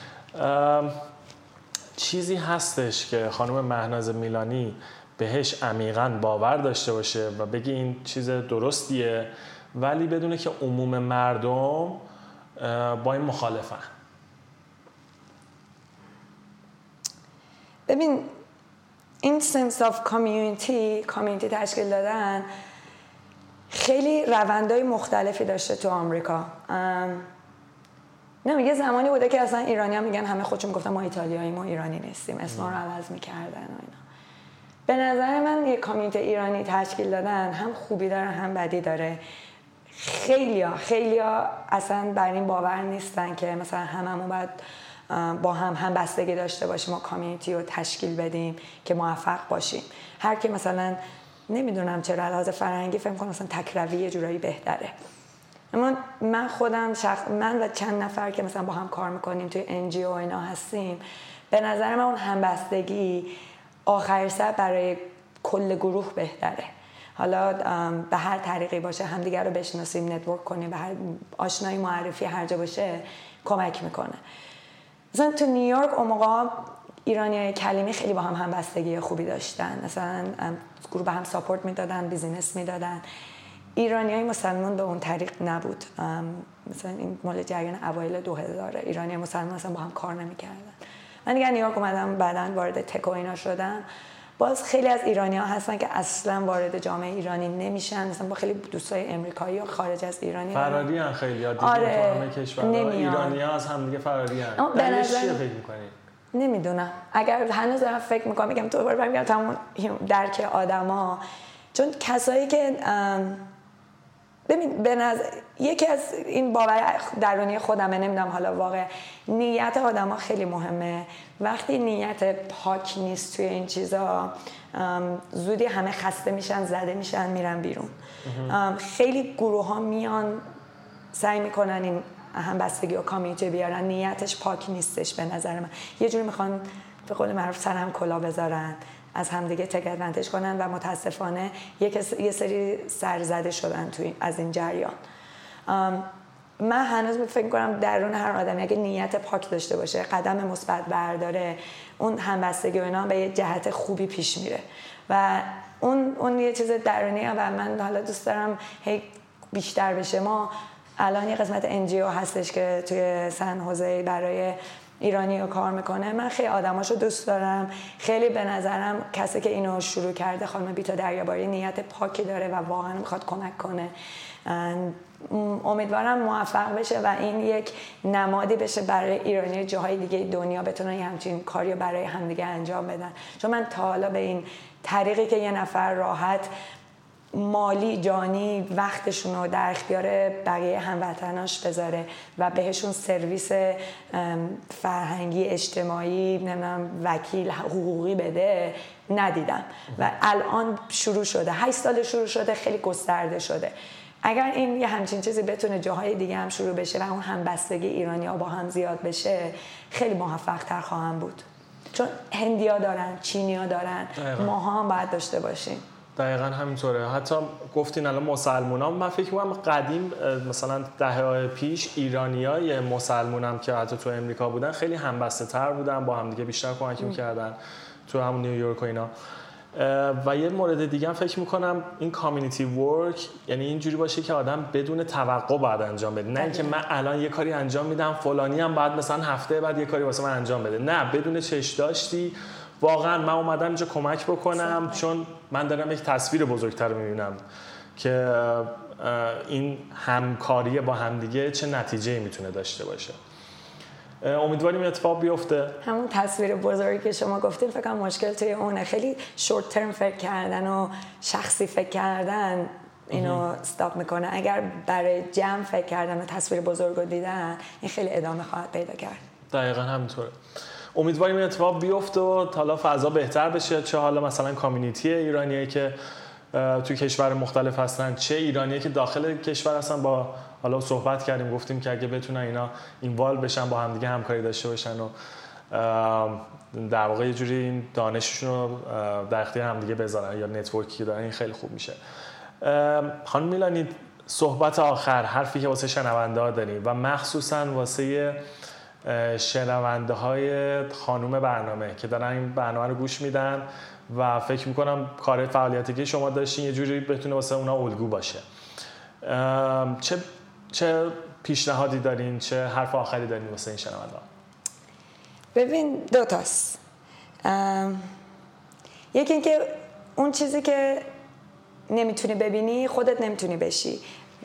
چیزی هستش که خانم مهناز میلانی بهش عمیقاً باور داشته باشه و بگی این چیز درستیه، ولی بدونه که عموم مردم با این مخالفن؟ ببین این sense of community کامیونیتی تشکیل دادن خیلی روندهای مختلفی داشته تو آمریکا. نه یه زمانی بوده که اصلا ایرانی ها میگن همه خودشون گفتن ما ایتالیایی ما ایرانی نیستیم، اسما رو عوض میکردن و اینا. به نظر من یه کامیونیتی ایرانی تشکیل دادن هم خوبی داره هم بدی داره. خیلیا خیلیا اصلا بر این باور نیستن که مثلا هممون باید با هم هم بستگی داشته باشیم و کامیونیتی رو تشکیل بدیم که موفق باشیم. هر کی مثلا نمیدونم چرا لحاظ فرهنگی فهم کنم مثلا تکروی یه جورایی بهتره. اما من خودم شخص من و چند نفر که مثلا با هم کار میکنیم توی ان جی او اینا هستیم، به نظر من اون همبستگی آخر سر برای کل گروه بهتره. حالا به هر طریقی باشه همدیگر رو بشناسیم، نتورک کنیم، به هر آشنایی معرفی هر جا باشه کمک میکنه. مثلا تو نیویورک اون موقع ایرانیای کلیمی خیلی با هم همبستگی خوبی داشتن، مثلا گروه به هم ساپورت میدادن، بیزینس میدادن. ایرانیای مسلمان به اون طریق نبود. مثلا این مال جریان اوایل دو هزار ایرانیای مسلمان مثلا با هم کار نمیکردن. من دیگه نیویورک اومدم، بعداً وارد تک و اینا شدم. باز خیلی از ایرانی ها هستن که اصلا وارد جامعه ایرانی نمیشن، مثلا با خیلی دوستای امریکایی و خارج از ایرانی فراری ان خیلی ها دیگه. آره تو همه کشورها ایرانی ها از هم دیگه فراری ان. دلیلش چیه فکر می‌کنی؟ نمیدونم. اگر هنوز دارم فکر میکنم میگم تو برای میگم تمام درک آدما، چون کسایی که ببین به نظر یکی از این باور درونی خودمه، نمیدونم حالا واقع، نیت آدما خیلی مهمه. وقتی نیت پاک نیست توی این چیزا زودی همه خسته میشن، زده میشن، میرن بیرون. خیلی گروه ها میان سعی میکنن این همبستگی و کامیونیتی بیارن، نیتش پاک نیستش به نظر من. یه جوری میخوان به قول معروف سر هم کلا بذارن، از همدیگه تک ادوانتج کنن و متاسفانه یه سری سرزده شدن توی از این جریان. من هنوز فکر می‌کنم درون هر آدمی اگه نیت پاک داشته باشه، قدم مثبت برداره، اون همبستگی و اینا به یه جهت خوبی پیش میره و اون اون یه چیز درونیه و من حالا دوست دارم هی بیشتر بشه. ما الان یه قسمت ان جی او هستش که توی سن خوزه برای ایرانی رو کار میکنه. من خیلی آدماشو دوست دارم، خیلی به نظرم کسی که اینو شروع کرده خانم بیتا دریاباری نیت پاکی داره و واقعا میخواد کمک کنه. امیدوارم موفق بشه و این یک نمادی بشه برای ایرانی جاهای دیگه دنیا بتونن یه همچین کاری برای همدیگه انجام بدن. چون من تا حالا به این طریقی که یه نفر راحت مالی جانی وقتشون رو در اختیار بقیه هموطناش بذاره و بهشون سرویس فرهنگی اجتماعی نمیدونم وکیل حقوقی بده ندیدم و الان شروع شده، هشت سال شروع شده، خیلی گسترده شده. اگر این یه همچین چیزی بتونه جاهای دیگه هم شروع بشه و اون همبستگی ایرانی‌ها با هم زیاد بشه، خیلی موفق تر خواهم بود. چون هندی‌ها دارن، چینی‌ها دارن، ماها هم باید داشته باشیم. دقیقاً همینطوره. حتی گفتین الان مسلمانان، من فکر می‌کنم قدیم مثلا دهه‌های پیش ایرانیای مسلمانم که حتی تو امریکا بودن خیلی همبسته‌تر بودن، با هم دیگه بیشتر کمک می‌کردن تو همون نیویورک و اینا. و یه مورد دیگه هم فکر می‌کنم این کامیونیتی ورک، یعنی اینجوری باشه که آدم بدون توقع باید انجام بده، نه اینکه من الان یه کاری انجام میدم فلانی هم بعد مثلا هفته بعد یه کاری واسه من انجام بده، نه، بدون چش داشتی واقعا من اومدم اینجا کمک بکنم چون من دارم یک تصویر بزرگتر می‌بینم که این همکاری با همدیگه چه نتیجه‌ای میتونه داشته باشه. امیدواریم اتفاق بیفته. همون تصویر بزرگی که شما گفتین فکر کنم مشکل توی اونه، خیلی شورت ترم فکر کردن و شخصی فکر کردن اینو استاپ میکنه. اگر برای جمع فکر کردن و تصویر بزرگ رو دیدن این خیلی ادامه خواهد پیدا کرد. دقیقاً همینطوره. امیدواریم این اتفاق بیفته و حالا فضا بهتر بشه، چه حالا مثلا کامیونیتی ایرانیایی که توی کشور مختلف هستن، چه ایرانیایی که داخل کشور هستن. با حالا صحبت کردیم، گفتیم که اگه بتونن اینا اینوالو بشن، با همدیگه همکاری داشته باشن و در واقع یه جوری این دانششون رو در اختیار همدیگه بذارن یا نتورکی که دارن، این خیلی خوب میشه. خانم میلانی، صحبت آخر، حرفی که واسه شنونده ها داریم و مخصوصا واسه شنونده های خانوم برنامه که دارن این برنامه رو گوش میدن و فکر میکنم کار فعالیتی که شما داشتین یه جوری بتونه واسه اونا الگو باشه، چه چه پیشنهادی دارین، چه حرف آخری دارین واسه این شنونده ها؟ ببین دو تاست. یکی اینکه اون چیزی که نمیتونی ببینی خودت نمیتونی بشی.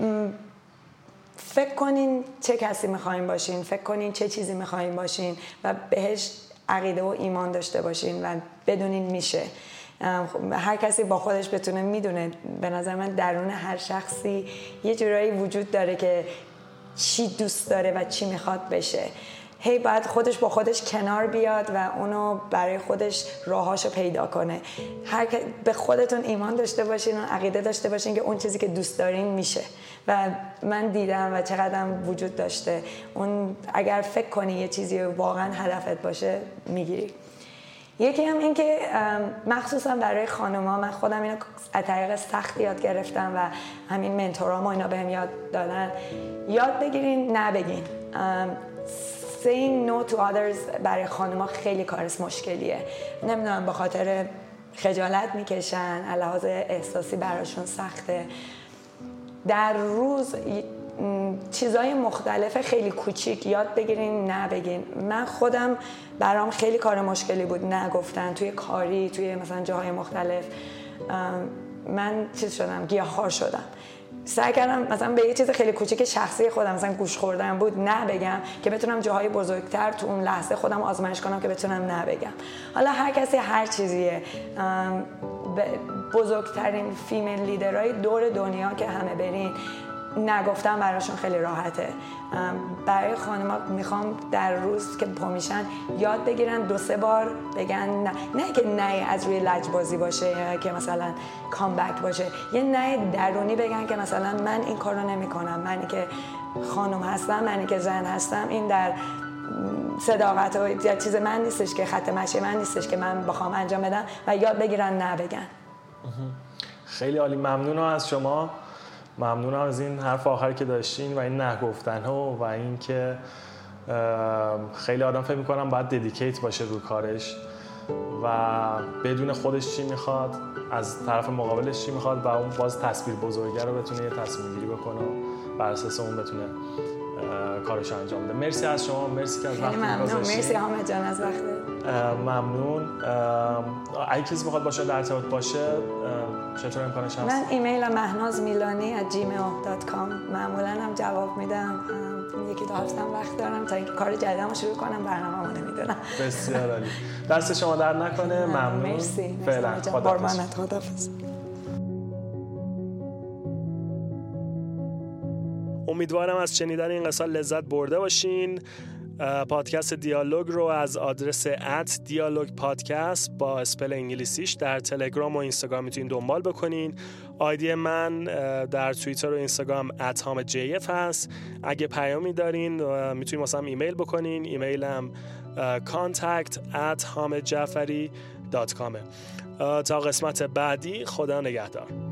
فکر کنین چه کسی میخواین باشین، فکر کنین چه چیزی میخواین باشین و بهش عقیده و ایمان داشته باشین و بدونین میشه. هر کسی با خودش بتونه میدونه. به نظر من درون هر شخصی یه جورایی وجود داره که چی دوست داره و چی میخواد بشه. هی باید خودش با خودش کنار بیاد و اونو برای خودش راهاشو پیدا کنه. هر به خودتون ایمان داشته باشین و عقیده داشته باشین که اون چیزی که دوست دارین میشه. و من دیدم و چقدر وجود داشته. اون اگر فکر کنی یه چیزی واقعا هدفت باشه میگیری. یکی هم این که مخصوصا برای خانوما، من خودم اینو از طریق سخت یاد گرفتم و همین منتورام و اینا بهم یاد دادن، یاد بگیرین نبگین. saying no to others برای خانوما خیلی کار مشکلیه. نمیدونم به خاطر خجالت میکشن، علاوه احساسی براشون سخته. در روز چیزای مختلف خیلی کوچیک یاد بگیرین، نه بگین. من خودم برام خیلی کار مشکلی بود نگفتن توی کاری، توی مثلا جاهای مختلف. من چیز شدم، گیاه‌خوار شدم. سعی کردم مثلا به یه چیز خیلی کوچیک شخصی خودم، مثلا گوش خوردن بود، نه بگم که بتونم جاهای بزرگتر تو اون لحظه خودم آزمایش کنم که بتونم نه بگم. حالا هر کسی هر چیزیه. بزرگترین فیمیل لیدرهای دور دنیا که همه برین، نگفتن براشون خیلی راحته. برای خانم‌ها میخوام در روز که پا میشن یاد بگیرن دو سه بار بگن نه. نه که نه از روی لجبازی باشه یا که مثلا کامبک باشه، یه نه درونی بگن که مثلا من این کارو نمی‌کنم، منی که خانم هستم، منی که زن هستم، این در صداقت و چیز من نیستش، که خط مشی من نیستش که من بخوام انجام بدم، و یاد بگیرن نه بگن. خیلی عالی، ممنونم از شما. ممنونم از این حرف آخری که داشتین و این نه گفتن ها و این که خیلی آدم فکر میکنم باید ددیکیت باشه رو کارش و بدون خودش چی میخواد، از طرف مقابلش چی میخواد و اون باز تصویر بزرگه رو بتونه یه تصمیم گیری بکنه و بر اساس اون بتونه کارش انجام بده. مرسی از شما، مرسی که از وقت گذاشتین. مرسی حامد جان از وقت. ممنون. اگه کسی بخواد باشه در ارتباط باشه چطور امکانش هست؟ من ایمیل مهناز میلانی ات جیمیل دات کام معمولا هم جواب میدم. یکی دو هفته وقت دارم تا اینکه کار جدیدمو شروع کنم، برنامه‌مو نمیدونم. بسیار عالی. دست شما در نکنه. ممنون. مرسی. فعلا خداحافظ. خداحافظ. امیدوارم از شنیدن این قصه لذت برده باشین. پادکست دیالوگ رو از آدرس ات دیالوگ پادکست با اسپل انگلیسیش در تلگرام و اینستاگرام میتونین دنبال بکنین. آیدی من در توییتر و اینستاگرام ات حامد جی اف هست. اگه پیامی دارین میتونین واسم ایمیل بکنین. ایمیلم کانتکت ات حامد جعفری دات کام. تا قسمت بعدی، خدا نگهدار.